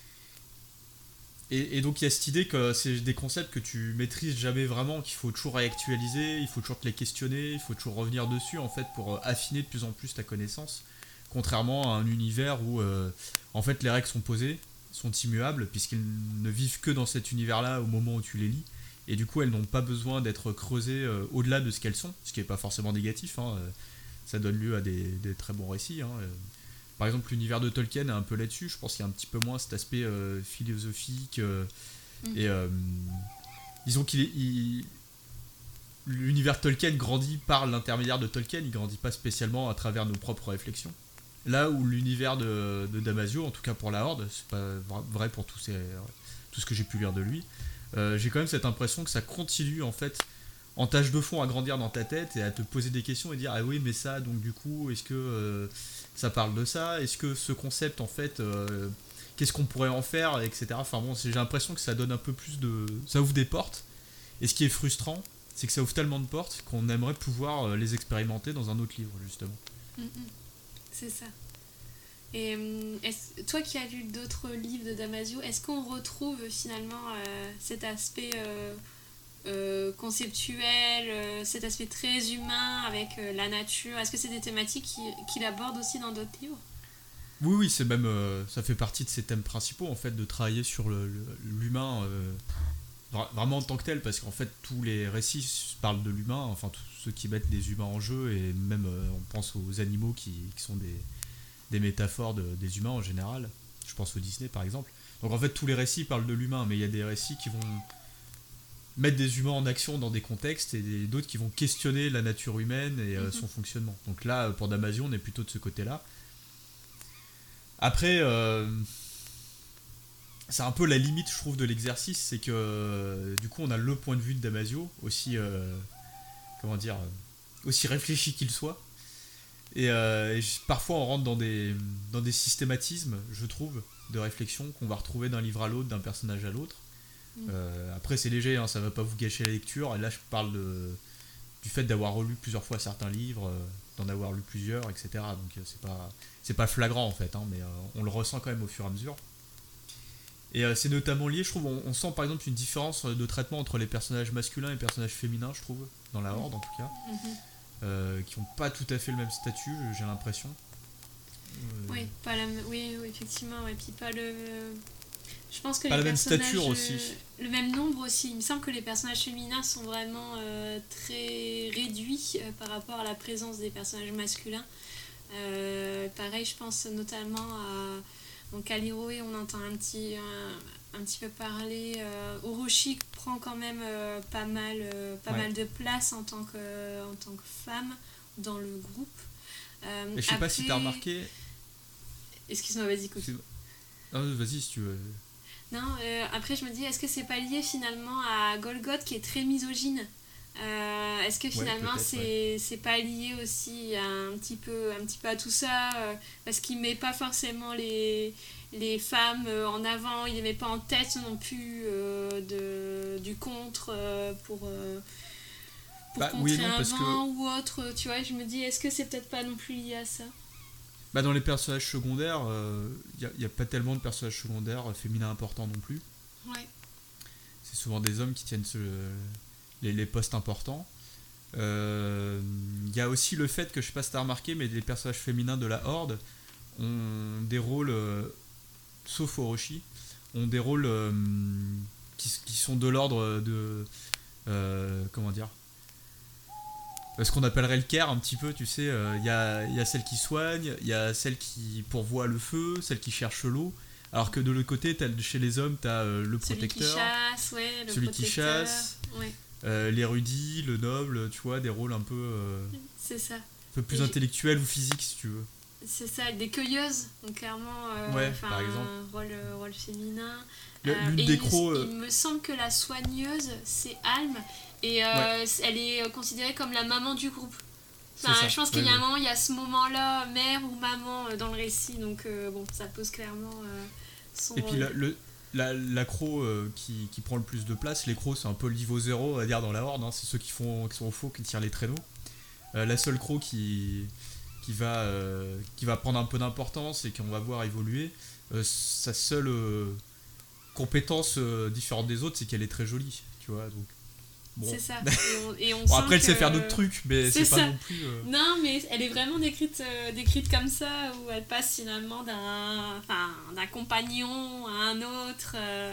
Et donc il y a cette idée que c'est des concepts que tu maîtrises jamais vraiment, qu'il faut toujours réactualiser, il faut toujours te les questionner, il faut toujours revenir dessus en fait pour affiner de plus en plus ta connaissance, contrairement à un univers où en fait les règles sont posées, sont immuables puisqu'elles ne vivent que dans cet univers-là au moment où tu les lis, et du coup elles n'ont pas besoin d'être creusées au-delà de ce qu'elles sont, ce qui n'est pas forcément négatif, hein, ça donne lieu à des très bons récits. Hein, Par exemple, l'univers de Tolkien est un peu là-dessus. Je pense qu'il y a un petit peu moins cet aspect philosophique. Et disons l'univers Tolkien grandit par l'intermédiaire de Tolkien. Il grandit pas spécialement à travers nos propres réflexions. Là où l'univers de Damasio, en tout cas pour la Horde, c'est pas vrai pour tout ce que j'ai pu lire de lui. J'ai quand même cette impression que ça continue en fait en tâche de fond à grandir dans ta tête et à te poser des questions et dire ah oui mais ça donc du coup est-ce que ça parle de ça, est-ce que ce concept en fait qu'est-ce qu'on pourrait en faire, etc. Enfin bon, j'ai l'impression que ça donne un peu plus de... ça ouvre des portes, et ce qui est frustrant c'est que ça ouvre tellement de portes qu'on aimerait pouvoir les expérimenter dans un autre livre justement. C'est ça. Et toi qui as lu d'autres livres de Damasio, est-ce qu'on retrouve finalement cet aspect conceptuel, cet aspect très humain avec la nature? Est-ce que c'est des thématiques qu'il aborde aussi dans d'autres livres? Oui, c'est même ça fait partie de ses thèmes principaux en fait, de travailler sur l'humain vraiment en tant que tel, parce qu'en fait tous les récits parlent de l'humain, enfin tous ceux qui mettent des humains en jeu, et même on pense aux animaux qui sont des métaphores des humains en général. Je pense au Disney par exemple. Donc en fait tous les récits parlent de l'humain, mais il y a des récits qui vont mettre des humains en action dans des contextes et d'autres qui vont questionner la nature humaine et son fonctionnement. Donc là, pour Damasio, on est plutôt de ce côté-là. Après, c'est un peu la limite, je trouve, de l'exercice, c'est que du coup, on a le point de vue de Damasio, aussi, aussi réfléchi qu'il soit. Et parfois, on rentre dans des systématismes, je trouve, de réflexion qu'on va retrouver d'un livre à l'autre, d'un personnage à l'autre. Après c'est léger, hein, ça va pas vous gâcher la lecture, et là je parle du fait d'avoir relu plusieurs fois certains livres, d'en avoir lu plusieurs, etc. Donc c'est pas flagrant en fait, hein, mais on le ressent quand même au fur et à mesure. Et c'est notamment lié, je trouve, on sent par exemple une différence de traitement entre les personnages masculins et les personnages féminins, je trouve, dans la Horde en tout cas, qui n'ont pas tout à fait le même statut, j'ai l'impression. Oui, pas la oui, effectivement, et puis pas le... Je pense que pas les la même personnages... stature aussi. Le même nombre aussi. Il me semble que les personnages féminins sont vraiment très réduits par rapport à la présence des personnages masculins. Pareil, je pense notamment à... Donc à l'Hiroé, on entend un petit peu parler. Orochi prend quand même pas mal de place en tant que femme dans le groupe. Et je sais pas si t'as remarqué... Excuse-moi, vas-y, coupe. Non, vas-y si tu veux. Non, après je me dis, est-ce que c'est pas lié finalement à Golgoth qui est très misogyne est-ce que finalement c'est pas lié aussi un petit peu à tout ça parce qu'il met pas forcément les femmes en avant, il les met pas en tête non plus du contre pour contrer un vent ou autre, tu vois, je me dis est-ce que c'est peut-être pas non plus lié à ça? Dans les personnages secondaires, il n'y a pas tellement de personnages secondaires féminins importants non plus. Ouais. C'est souvent des hommes qui tiennent les postes importants. Il y a aussi le fait que, je sais pas si t'as remarqué, mais les personnages féminins de la Horde ont des rôles, sauf Orochi, ont des rôles qui sont de l'ordre de... comment dire, ce qu'on appellerait le care un petit peu, tu sais, y a celle qui soigne, il y a celle qui pourvoit le feu, celle qui cherche l'eau, alors que de l'autre côté, chez les hommes, t'as le protecteur, celui qui chasse, l'érudit, le noble, tu vois, des rôles un peu, c'est ça. Un peu plus intellectuels ou physiques, si tu veux. C'est ça, des cueilleuses, donc clairement, par exemple. Un rôle féminin. L'une des crocs. Il me semble que la soigneuse, c'est Alm, et elle est considérée comme la maman du groupe. Enfin, je pense qu'il y a un moment, il y a ce moment-là, mère ou maman dans le récit, donc bon, ça pose clairement son et puis rôle. l'accro qui prend le plus de place, les crocs, c'est un peu le niveau 0, on va dire, dans la Horde, hein, c'est ceux qui sont au faux, qui tirent les traîneaux. La seule croc qui va prendre un peu d'importance et qu'on va voir évoluer, sa seule compétence différente des autres, c'est qu'elle est très jolie, tu vois, donc bon. C'est ça. Et on bon, après elle sait faire d'autres trucs, mais c'est pas non plus non, mais elle est vraiment décrite comme ça, où elle passe finalement d'un compagnon à un autre.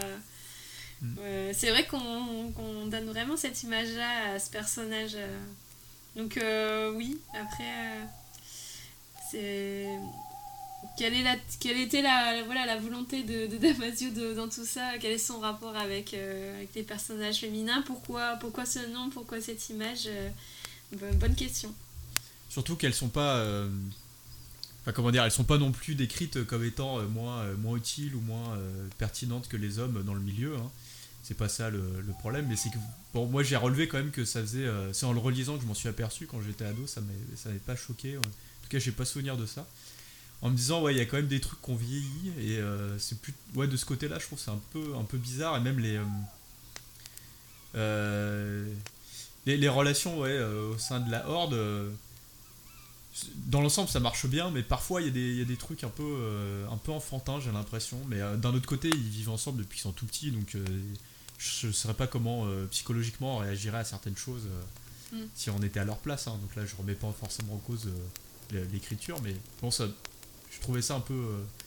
C'est vrai qu'on donne vraiment cette image là à ce personnage, donc oui, après c'est... Quelle était la volonté de Damasio dans tout ça? Quel est son rapport avec les personnages féminins? Pourquoi ce nom? Pourquoi cette image? Bonne question. Surtout qu'elles sont pas... elles sont pas non plus décrites comme étant moins utiles ou moins pertinentes que les hommes dans le milieu. Hein. C'est pas ça le problème, mais c'est que bon, moi j'ai relevé quand même que ça faisait... c'est en le relisant que je m'en suis aperçu quand j'étais ado, ça m'avait pas choqué. En tout cas, j'ai pas souvenir de ça. En me disant, il y a quand même des trucs qu'on vieillit, et c'est plus... Ouais, de ce côté-là, je trouve que c'est un peu bizarre, et même les relations au sein de la Horde, dans l'ensemble, ça marche bien, mais parfois, il y a des trucs un peu enfantins, j'ai l'impression, mais d'un autre côté, ils vivent ensemble depuis qu'ils sont tout petits, donc je ne saurais pas comment psychologiquement on réagirait à certaines choses si on était à leur place, hein. Donc là, je remets pas forcément en cause l'écriture, mais bon, ça... Je trouvais ça un peu...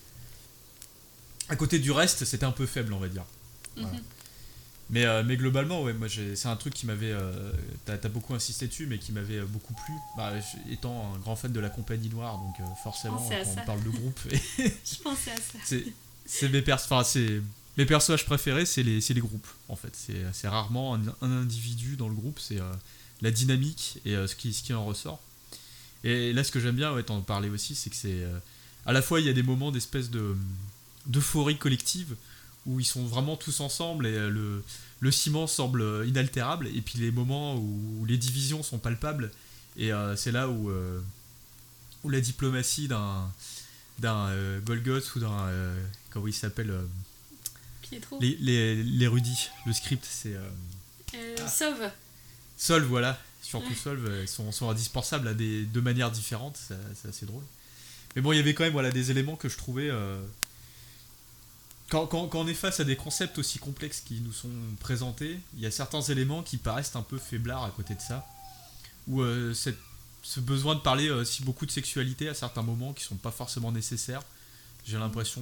À côté du reste, c'était un peu faible, on va dire. Voilà. Mais globalement, ouais, moi, c'est un truc qui m'avait... T'as beaucoup insisté dessus, mais qui m'avait beaucoup plu. Étant un grand fan de la Compagnie Noire, donc forcément, quand on parle de groupe... Je pensais à ça. C'est mes personnages préférés, c'est les groupes, en fait. C'est rarement un individu dans le groupe, c'est la dynamique et ce qui en ressort. Et là, ce que j'aime bien, t'en parlais aussi, c'est que c'est... à la fois, il y a des moments d'espèce d'euphorie collective où ils sont vraiment tous ensemble et le ciment semble inaltérable, et puis les moments où les divisions sont palpables, et c'est là où la diplomatie d'un Golgoth ou d'un... comment il s'appelle Pietro. l'érudit, le script, c'est... Sauve. Solve, voilà. Surtout Solve, sont indispensables de manières différentes, c'est assez drôle. Mais bon, il y avait quand même voilà, des éléments que je trouvais... Quand on est face à des concepts aussi complexes qui nous sont présentés, il y a certains éléments qui paraissent un peu faiblards à côté de ça. Ou ce besoin de parler si beaucoup de sexualité à certains moments qui sont pas forcément nécessaires, j'ai l'impression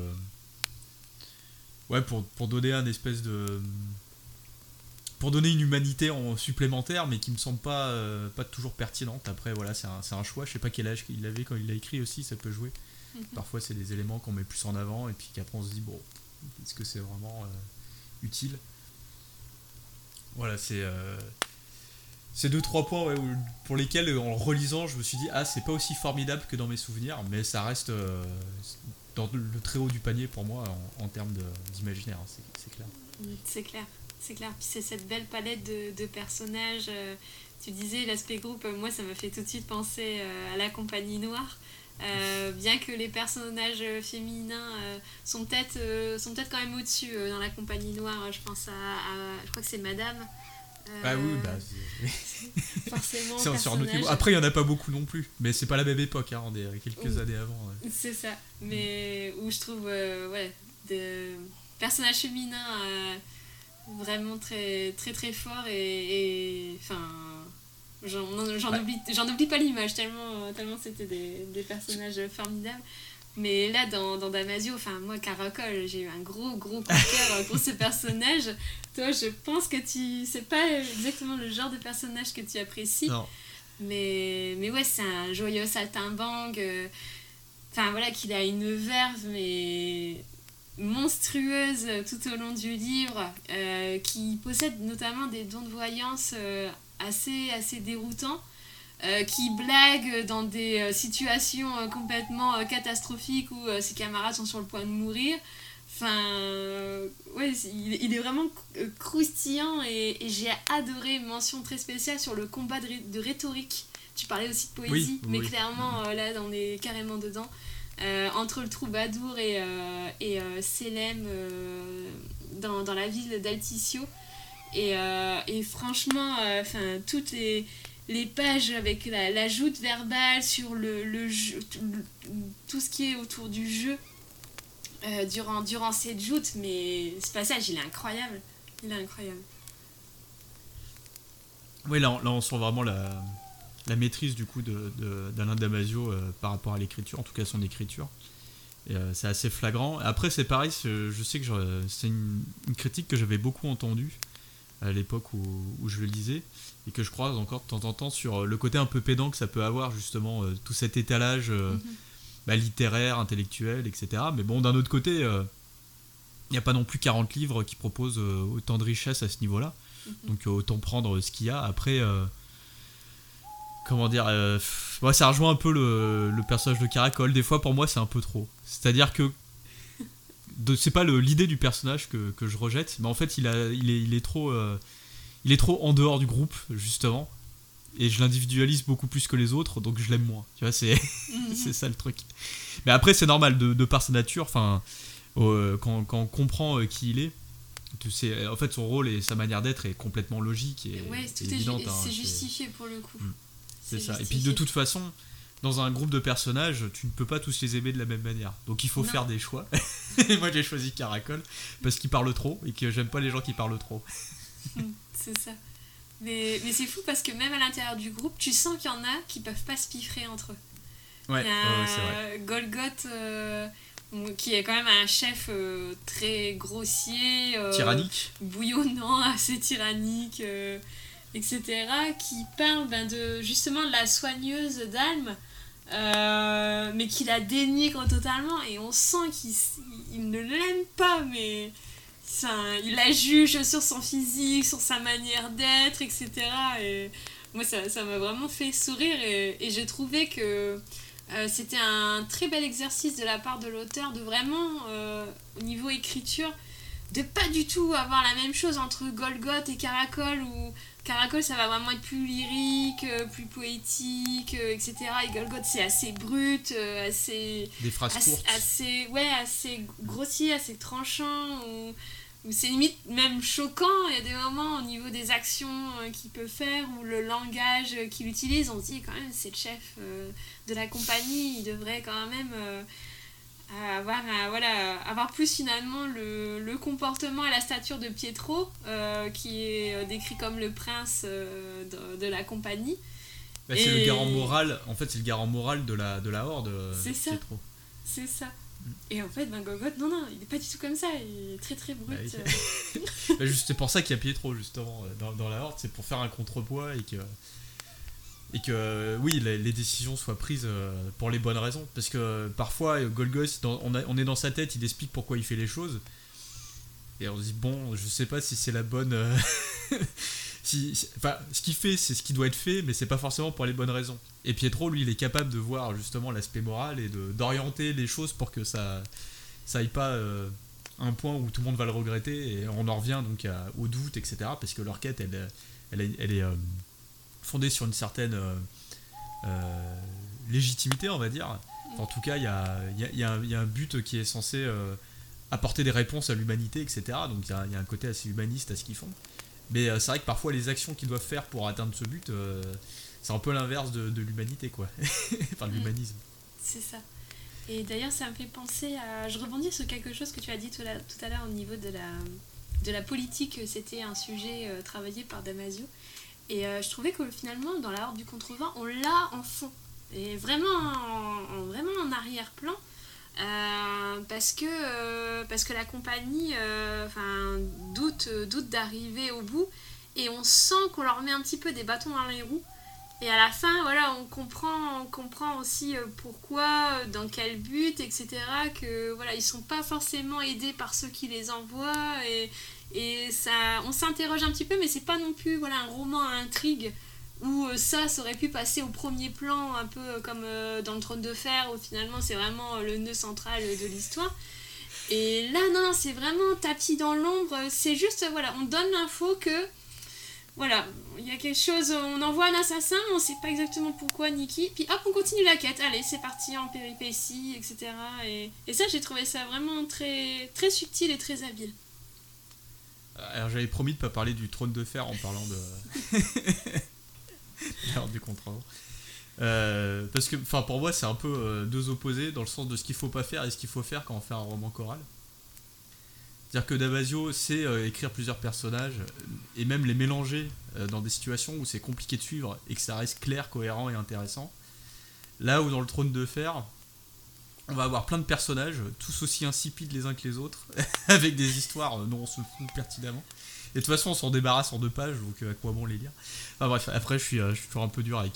pour donner un espèce de... Pour donner une humanité supplémentaire, mais qui me semble pas toujours pertinente. Après, voilà, c'est un choix. Je sais pas quel âge il avait quand il l'a écrit aussi, ça peut jouer. Parfois, c'est des éléments qu'on met plus en avant, et puis qu'après, on se dit, bon, est-ce que c'est vraiment utile ? Voilà, c'est 2-3 points pour lesquels, en le relisant, je me suis dit, ah, c'est pas aussi formidable que dans mes souvenirs, mais ça reste dans le très haut du panier pour moi en termes d'imaginaire, hein, c'est clair. C'est clair. C'est clair, puis c'est cette belle palette de personnages. Tu disais l'aspect groupe, moi ça m'a fait tout de suite penser à la Compagnie Noire. Bien que les personnages féminins sont peut-être quand même au-dessus dans la Compagnie Noire. Je pense je crois que c'est Madame. Ah oui, forcément. C'est sur un autre niveau. Après, il n'y en a pas beaucoup non plus, mais c'est pas la même époque, hein, on est quelques années avant. Ouais. C'est ça, mais où je trouve des personnages féminins vraiment très très très fort et enfin j'en oublie pas l'image tellement c'était des personnages formidables. Mais là dans Damasio, enfin moi Caracol, j'ai eu un gros coup de cœur pour ce personnage. Toi, je pense que c'est pas exactement le genre de personnage que tu apprécies. Non. Mais ouais, c'est un joyeux saltimbanque, enfin voilà, qu'il a une verve mais monstrueuse tout au long du livre, qui possède notamment des dons de voyance assez déroutants, qui blague dans des situations complètement catastrophiques où ses camarades sont sur le point de mourir. Enfin, ouais, il est vraiment croustillant et j'ai adoré. Mention très spéciale sur le combat de rhétorique. Tu parlais aussi de poésie, mais clairement là on est carrément dedans. Entre le troubadour et Sélème dans la ville d'Alticio et franchement toutes les pages avec la joute verbale sur le jeu, tout ce qui est autour du jeu durant cette joute, mais ce passage il est incroyable. Oui, là on sent vraiment la maîtrise du coup d'Alain Damasio par rapport à l'écriture, en tout cas son écriture. Et c'est assez flagrant. Après c'est pareil, je sais que c'est une critique que j'avais beaucoup entendue à l'époque où je le lisais, et que je croise encore de temps en temps sur le côté un peu pédant que ça peut avoir justement, tout cet étalage littéraire, intellectuel, etc. Mais bon, d'un autre côté, il n'y a pas non plus 40 livres qui proposent autant de richesse à ce niveau-là. Donc autant prendre ce qu'il y a. Après... comment dire, ça rejoint un peu le personnage de Caracol. Des fois pour moi c'est un peu trop, c'est-à-dire que c'est pas l'idée du personnage que je rejette, mais en fait il est trop en dehors du groupe justement, et je l'individualise beaucoup plus que les autres, donc je l'aime moins, tu vois, c'est ça le truc. Mais après c'est normal, de par sa nature, enfin quand on comprend qui il est, en fait son rôle et sa manière d'être est complètement logique et évidente, c'est justifié pour le coup. C'est ça. Et puis de toute façon, dans un groupe de personnages, tu ne peux pas tous les aimer de la même manière. Donc il faut faire des choix. Et moi j'ai choisi Caracol parce qu'il parle trop et que j'aime pas les gens qui parlent trop. C'est ça. Mais c'est fou parce que même à l'intérieur du groupe, tu sens qu'il y en a qui peuvent pas se piffrer entre eux. Ouais, il y a c'est vrai. Golgoth qui est quand même un chef très grossier, tyrannique, bouillonnant, assez tyrannique, etc., qui parle justement de la soigneuse d'Alm, mais qui la dénigre totalement, et on sent qu'il ne l'aime pas, mais il la juge sur son physique, sur sa manière d'être, etc. Et moi ça m'a vraiment fait sourire, et j'ai trouvé que c'était un très bel exercice de la part de l'auteur de vraiment, au niveau écriture, de pas du tout avoir la même chose entre Golgoth et Caracol, où Caracol ça va vraiment être plus lyrique, plus poétique, etc. Et Golgoth c'est assez brut, assez... Des phrases courtes. Assez grossier, assez tranchant, c'est limite même choquant. Il y a des moments au niveau des actions qu'il peut faire ou le langage qu'il utilise. On se dit quand même, c'est le chef de la compagnie, il devrait quand même avoir plus finalement le comportement et la stature de Pietro, qui est décrit comme le prince de la compagnie. Bah, c'est le garant moral, en fait c'est le garant moral de la horde, c'est ça. Pietro. C'est ça. Et en fait, Golgoth, non, il est pas du tout comme ça, il est très très brut. Bah, c'est pour ça qu'il y a Pietro justement dans la horde, c'est pour faire un contrepoids et que oui, les décisions soient prises pour les bonnes raisons. Parce que parfois, Golgoth, on est dans sa tête, il explique pourquoi il fait les choses. Et on se dit, bon, je sais pas si c'est la bonne... Enfin, ce qu'il fait, c'est ce qui doit être fait, mais c'est pas forcément pour les bonnes raisons. Et Pietro, lui, il est capable de voir justement l'aspect moral et d'orienter les choses pour que ça aille pas à un point où tout le monde va le regretter. Et on en revient donc au doute, etc. Parce que leur quête, elle est fondée sur une certaine légitimité, on va dire. Enfin, en tout cas, il y a un but qui est censé apporter des réponses à l'humanité, etc. Donc il y a un côté assez humaniste à ce qu'ils font. Mais c'est vrai que parfois les actions qu'ils doivent faire pour atteindre ce but, c'est un peu l'inverse de l'humanité, quoi. Enfin, de l'humanisme. C'est ça. Et d'ailleurs, ça me fait penser à... Je rebondis sur quelque chose que tu as dit tout à l'heure au niveau de la politique. C'était un sujet travaillé par Damasio. Et je trouvais que finalement, dans la Horde du Contrevent, on l'a en fond. Et vraiment en arrière-plan. Parce que la compagnie doute d'arriver au bout, et on sent qu'on leur met un petit peu des bâtons dans les roues, et à la fin voilà, on comprend aussi pourquoi, dans quel but, etc., que voilà, ils sont pas forcément aidés par ceux qui les envoient, et ça, on s'interroge un petit peu, mais c'est pas non plus voilà, un roman à intrigue où ça aurait pu passer au premier plan, un peu comme dans le Trône de Fer, où finalement c'est vraiment le nœud central de l'histoire. Et là, non, c'est vraiment tapis dans l'ombre. C'est juste, voilà, on donne l'info que, voilà, il y a quelque chose, on envoie un assassin, on sait pas exactement pourquoi ni qui, puis hop, on continue la quête, allez, c'est parti en péripéties, etc. Et ça, j'ai trouvé ça vraiment très, très subtil et très habile. Alors j'avais promis de pas parler du Trône de Fer en parlant de... l'Horde du Contrevent. Parce que pour moi c'est un peu deux opposés dans le sens de ce qu'il faut pas faire et ce qu'il faut faire quand on fait un roman choral. C'est-à-dire que Damasio sait écrire plusieurs personnages et même les mélanger dans des situations où c'est compliqué de suivre et que ça reste clair, cohérent et intéressant. Là où dans le Trône de Fer, on va avoir plein de personnages, tous aussi insipides les uns que les autres, avec des histoires dont on se fout pertinemment. Et de toute façon, on s'en débarrasse en 2 pages, donc à quoi bon les lire. Enfin bref, après, je suis toujours un peu dur avec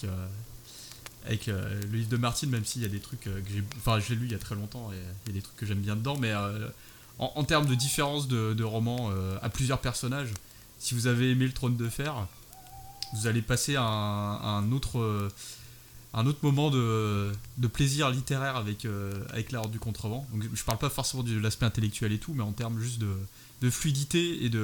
le livre de Martine, même s'il y a des trucs que j'ai... Enfin, je l'ai lu il y a très longtemps, et il y a des trucs que j'aime bien dedans, mais en termes de différence de romans à plusieurs personnages, si vous avez aimé le Trône de Fer, vous allez passer à un autre moment de plaisir littéraire avec la Horde du Contrevent. Donc, je parle pas forcément de l'aspect intellectuel et tout, mais en termes juste de fluidité et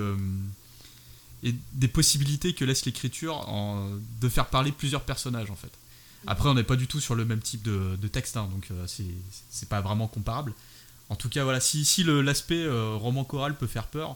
des possibilités que laisse l'écriture de faire parler plusieurs personnages, en fait. Après, on n'est pas du tout sur le même type de texte, hein, donc c'est pas vraiment comparable. En tout cas, voilà, si l'aspect roman choral peut faire peur,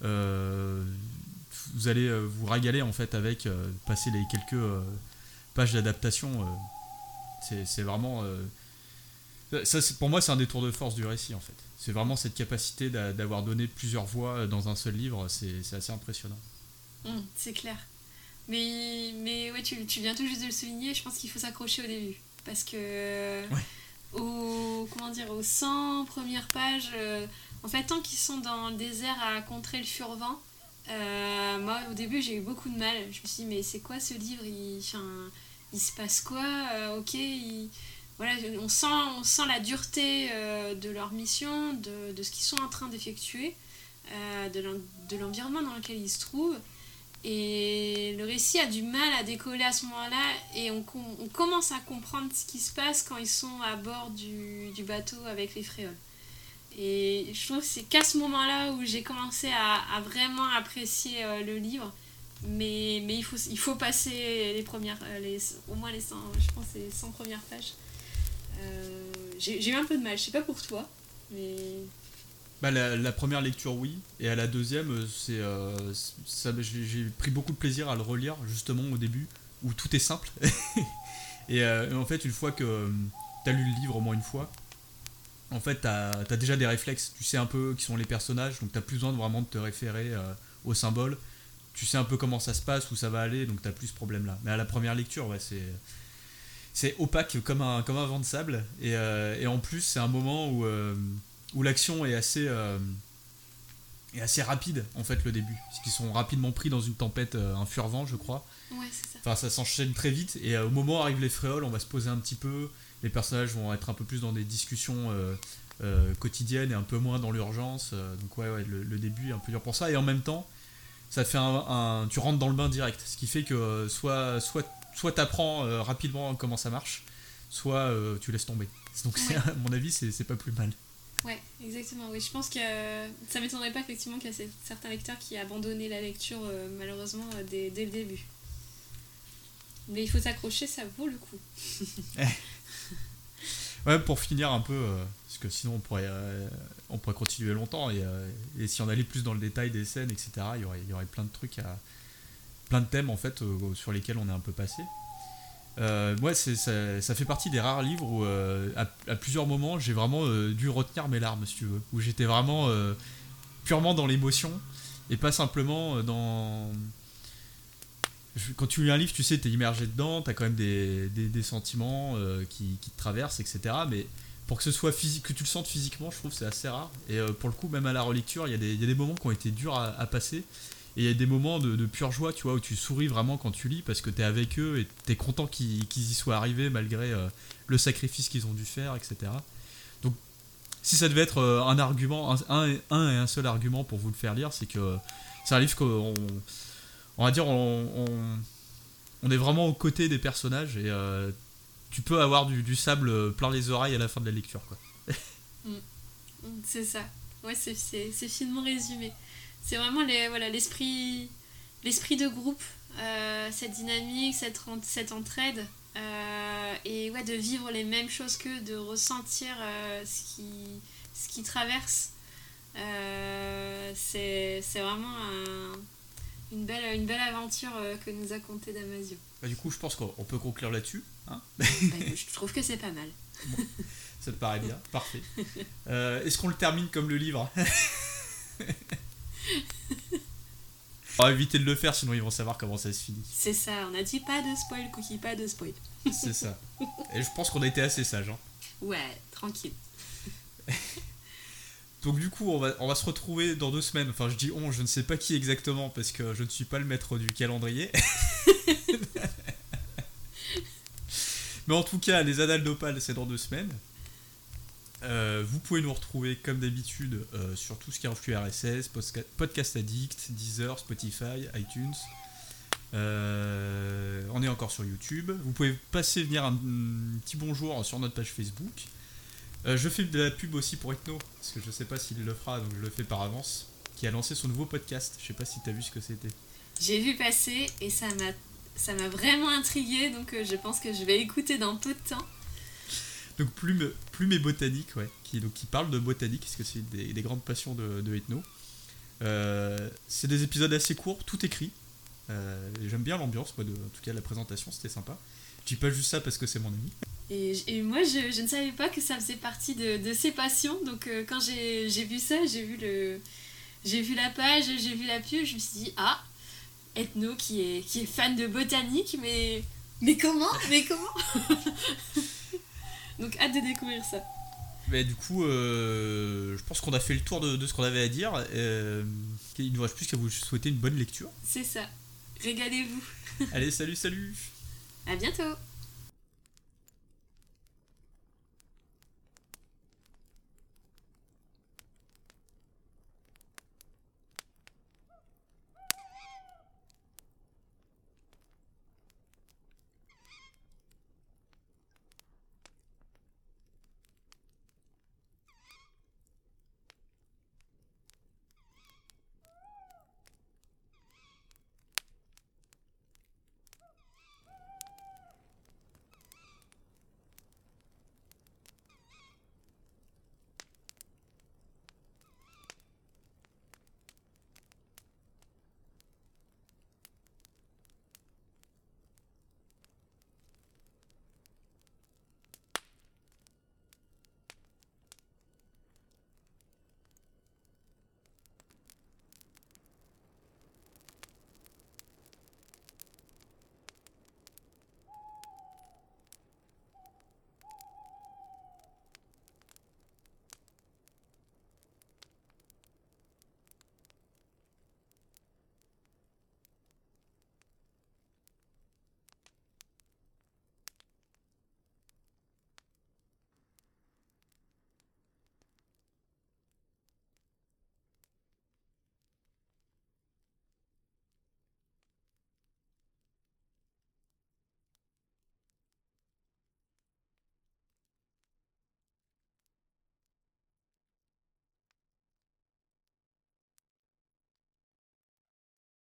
vous allez vous régaler en fait avec passer les quelques pages d'adaptation. C'est vraiment... ça, pour moi, c'est un des tours de force du récit, en fait. C'est vraiment cette capacité d'avoir donné plusieurs voix dans un seul livre, c'est assez impressionnant. C'est clair. Mais ouais, tu viens tout juste de le souligner, je pense qu'il faut s'accrocher au début. Parce que aux 100 premières pages, en fait, tant qu'ils sont dans le désert à contrer le furvent, moi au début j'ai eu beaucoup de mal. Je me suis dit, mais c'est quoi ce livre, il se passe quoi, ok, voilà, on sent la dureté de leur mission, de ce qu'ils sont en train d'effectuer, de l'environnement dans lequel ils se trouvent. Et le récit a du mal à décoller à ce moment-là, et on commence à comprendre ce qui se passe quand ils sont à bord du bateau avec les fréoles. Et je trouve que c'est qu'à ce moment-là où j'ai commencé à vraiment apprécier le livre. Mais il faut passer les premières, au moins les 100, je pense les 100 premières pages. J'ai eu un peu de mal, je sais pas pour toi, mais... Bah, la première lecture, oui. Et à la deuxième, j'ai pris beaucoup de plaisir à le relire, justement, au début, où tout est simple. Et en fait, une fois que t'as lu le livre au moins une fois, en fait, t'as déjà des réflexes. Tu sais un peu qui sont les personnages, donc t'as plus besoin vraiment de te référer aux symboles. Tu sais un peu comment ça se passe, où ça va aller, donc t'as plus ce problème-là. Mais à la première lecture, ouais, c'est opaque comme un vent de sable. Et en plus, c'est un moment où l'action est assez rapide, en fait, le début. Parce qu'ils sont rapidement pris dans une tempête, un furvent, je crois. Ouais, c'est ça. Enfin, ça s'enchaîne très vite. Et au moment où arrivent les fréoles, on va se poser un petit peu. Les personnages vont être un peu plus dans des discussions quotidiennes et un peu moins dans l'urgence. Donc ouais, le début est un peu dur pour ça. Et en même temps, ça te fait tu rentres dans le bain direct. Ce qui fait que soit t'apprends rapidement comment ça marche, soit tu laisses tomber. Donc Ouais. à mon avis, c'est pas plus mal. Ouais, exactement. Oui, je pense que ça m'étonnerait pas effectivement qu'il y a certains lecteurs qui aient abandonné la lecture malheureusement dès le début. Mais il faut s'accrocher, ça vaut le coup. Ouais, pour finir un peu, parce que sinon on pourrait continuer longtemps, et si on allait plus dans le détail des scènes, etc., il y aurait plein de trucs, plein de thèmes en fait sur lesquels on est un peu passé. Ouais, ça fait partie des rares livres où à plusieurs moments j'ai vraiment dû retenir mes larmes, si tu veux, où j'étais vraiment purement dans l'émotion et pas simplement dans... Quand tu lis un livre, tu sais, t'es immergé dedans, t'as quand même des sentiments qui te traversent, etc. Mais pour que ce soit physique, que tu le sentes physiquement, je trouve que c'est assez rare. Et pour le coup, même à la relecture, il y a des moments qui ont été durs à passer. Et il y a des moments de pure joie, tu vois, où tu souris vraiment quand tu lis parce que t'es avec eux et t'es content qu'ils y soient arrivés malgré le sacrifice qu'ils ont dû faire, etc. Donc, si ça devait être un argument, un et un seul argument pour vous le faire lire, c'est que c'est un livre qu'on... On va dire, on est vraiment aux côtés des personnages et tu peux avoir du sable plein les oreilles à la fin de la lecture, quoi. C'est ça. Ouais, c'est finement résumé. C'est vraiment l'esprit de groupe, cette dynamique, cette entraide, et ouais, de vivre les mêmes choses qu'eux, de ressentir ce qui traverse. C'est vraiment une belle aventure que nous a contée Damasio. Bah, du coup, je pense qu'on peut conclure là-dessus. Hein. Bah, je trouve que c'est pas mal. Bon, ça te paraît bien, parfait. Est-ce qu'on le termine comme le livre? On va éviter de le faire, sinon ils vont savoir comment ça se finit. C'est ça, on a dit pas de spoil, Cookie, pas de spoil. C'est ça. Et je pense qu'on a été assez sages. Hein. Ouais, tranquille. Donc du coup, on va se retrouver dans 2 semaines. Enfin, je dis on, je ne sais pas qui exactement parce que je ne suis pas le maître du calendrier. Mais en tout cas, les Annales d'Opale, c'est dans 2 semaines. Vous pouvez nous retrouver comme d'habitude sur tout ce qui est en flux RSS, Podcast Addict, Deezer, Spotify, iTunes. On est encore sur YouTube. Vous pouvez passer venir un petit bonjour sur notre page Facebook. Je fais de la pub aussi pour Ethno, parce que je sais pas s'il le fera, donc je le fais par avance, qui a lancé son nouveau podcast. Je sais pas si t'as vu ce que c'était. J'ai vu passer et ça m'a vraiment intriguée, donc je pense que je vais écouter dans peu de temps. Donc Plume et Botanique, ouais, qui parle de botanique, parce que c'est des grandes passions de Ethno. C'est des épisodes assez courts, tout écrit. J'aime bien l'ambiance, moi, en tout cas la présentation, c'était sympa. Je dis pas juste ça parce que c'est mon ami. Et moi, je ne savais pas que ça faisait partie de ses passions, donc quand j'ai vu ça, j'ai vu la page, j'ai vu la pub, je me suis dit, ah, Ethno qui est fan de botanique, mais comment Donc hâte de découvrir ça. Mais du coup, je pense qu'on a fait le tour de ce qu'on avait à dire. Il ne nous reste plus qu'à vous souhaiter une bonne lecture. C'est ça. Régalez-vous. Allez, salut. À bientôt.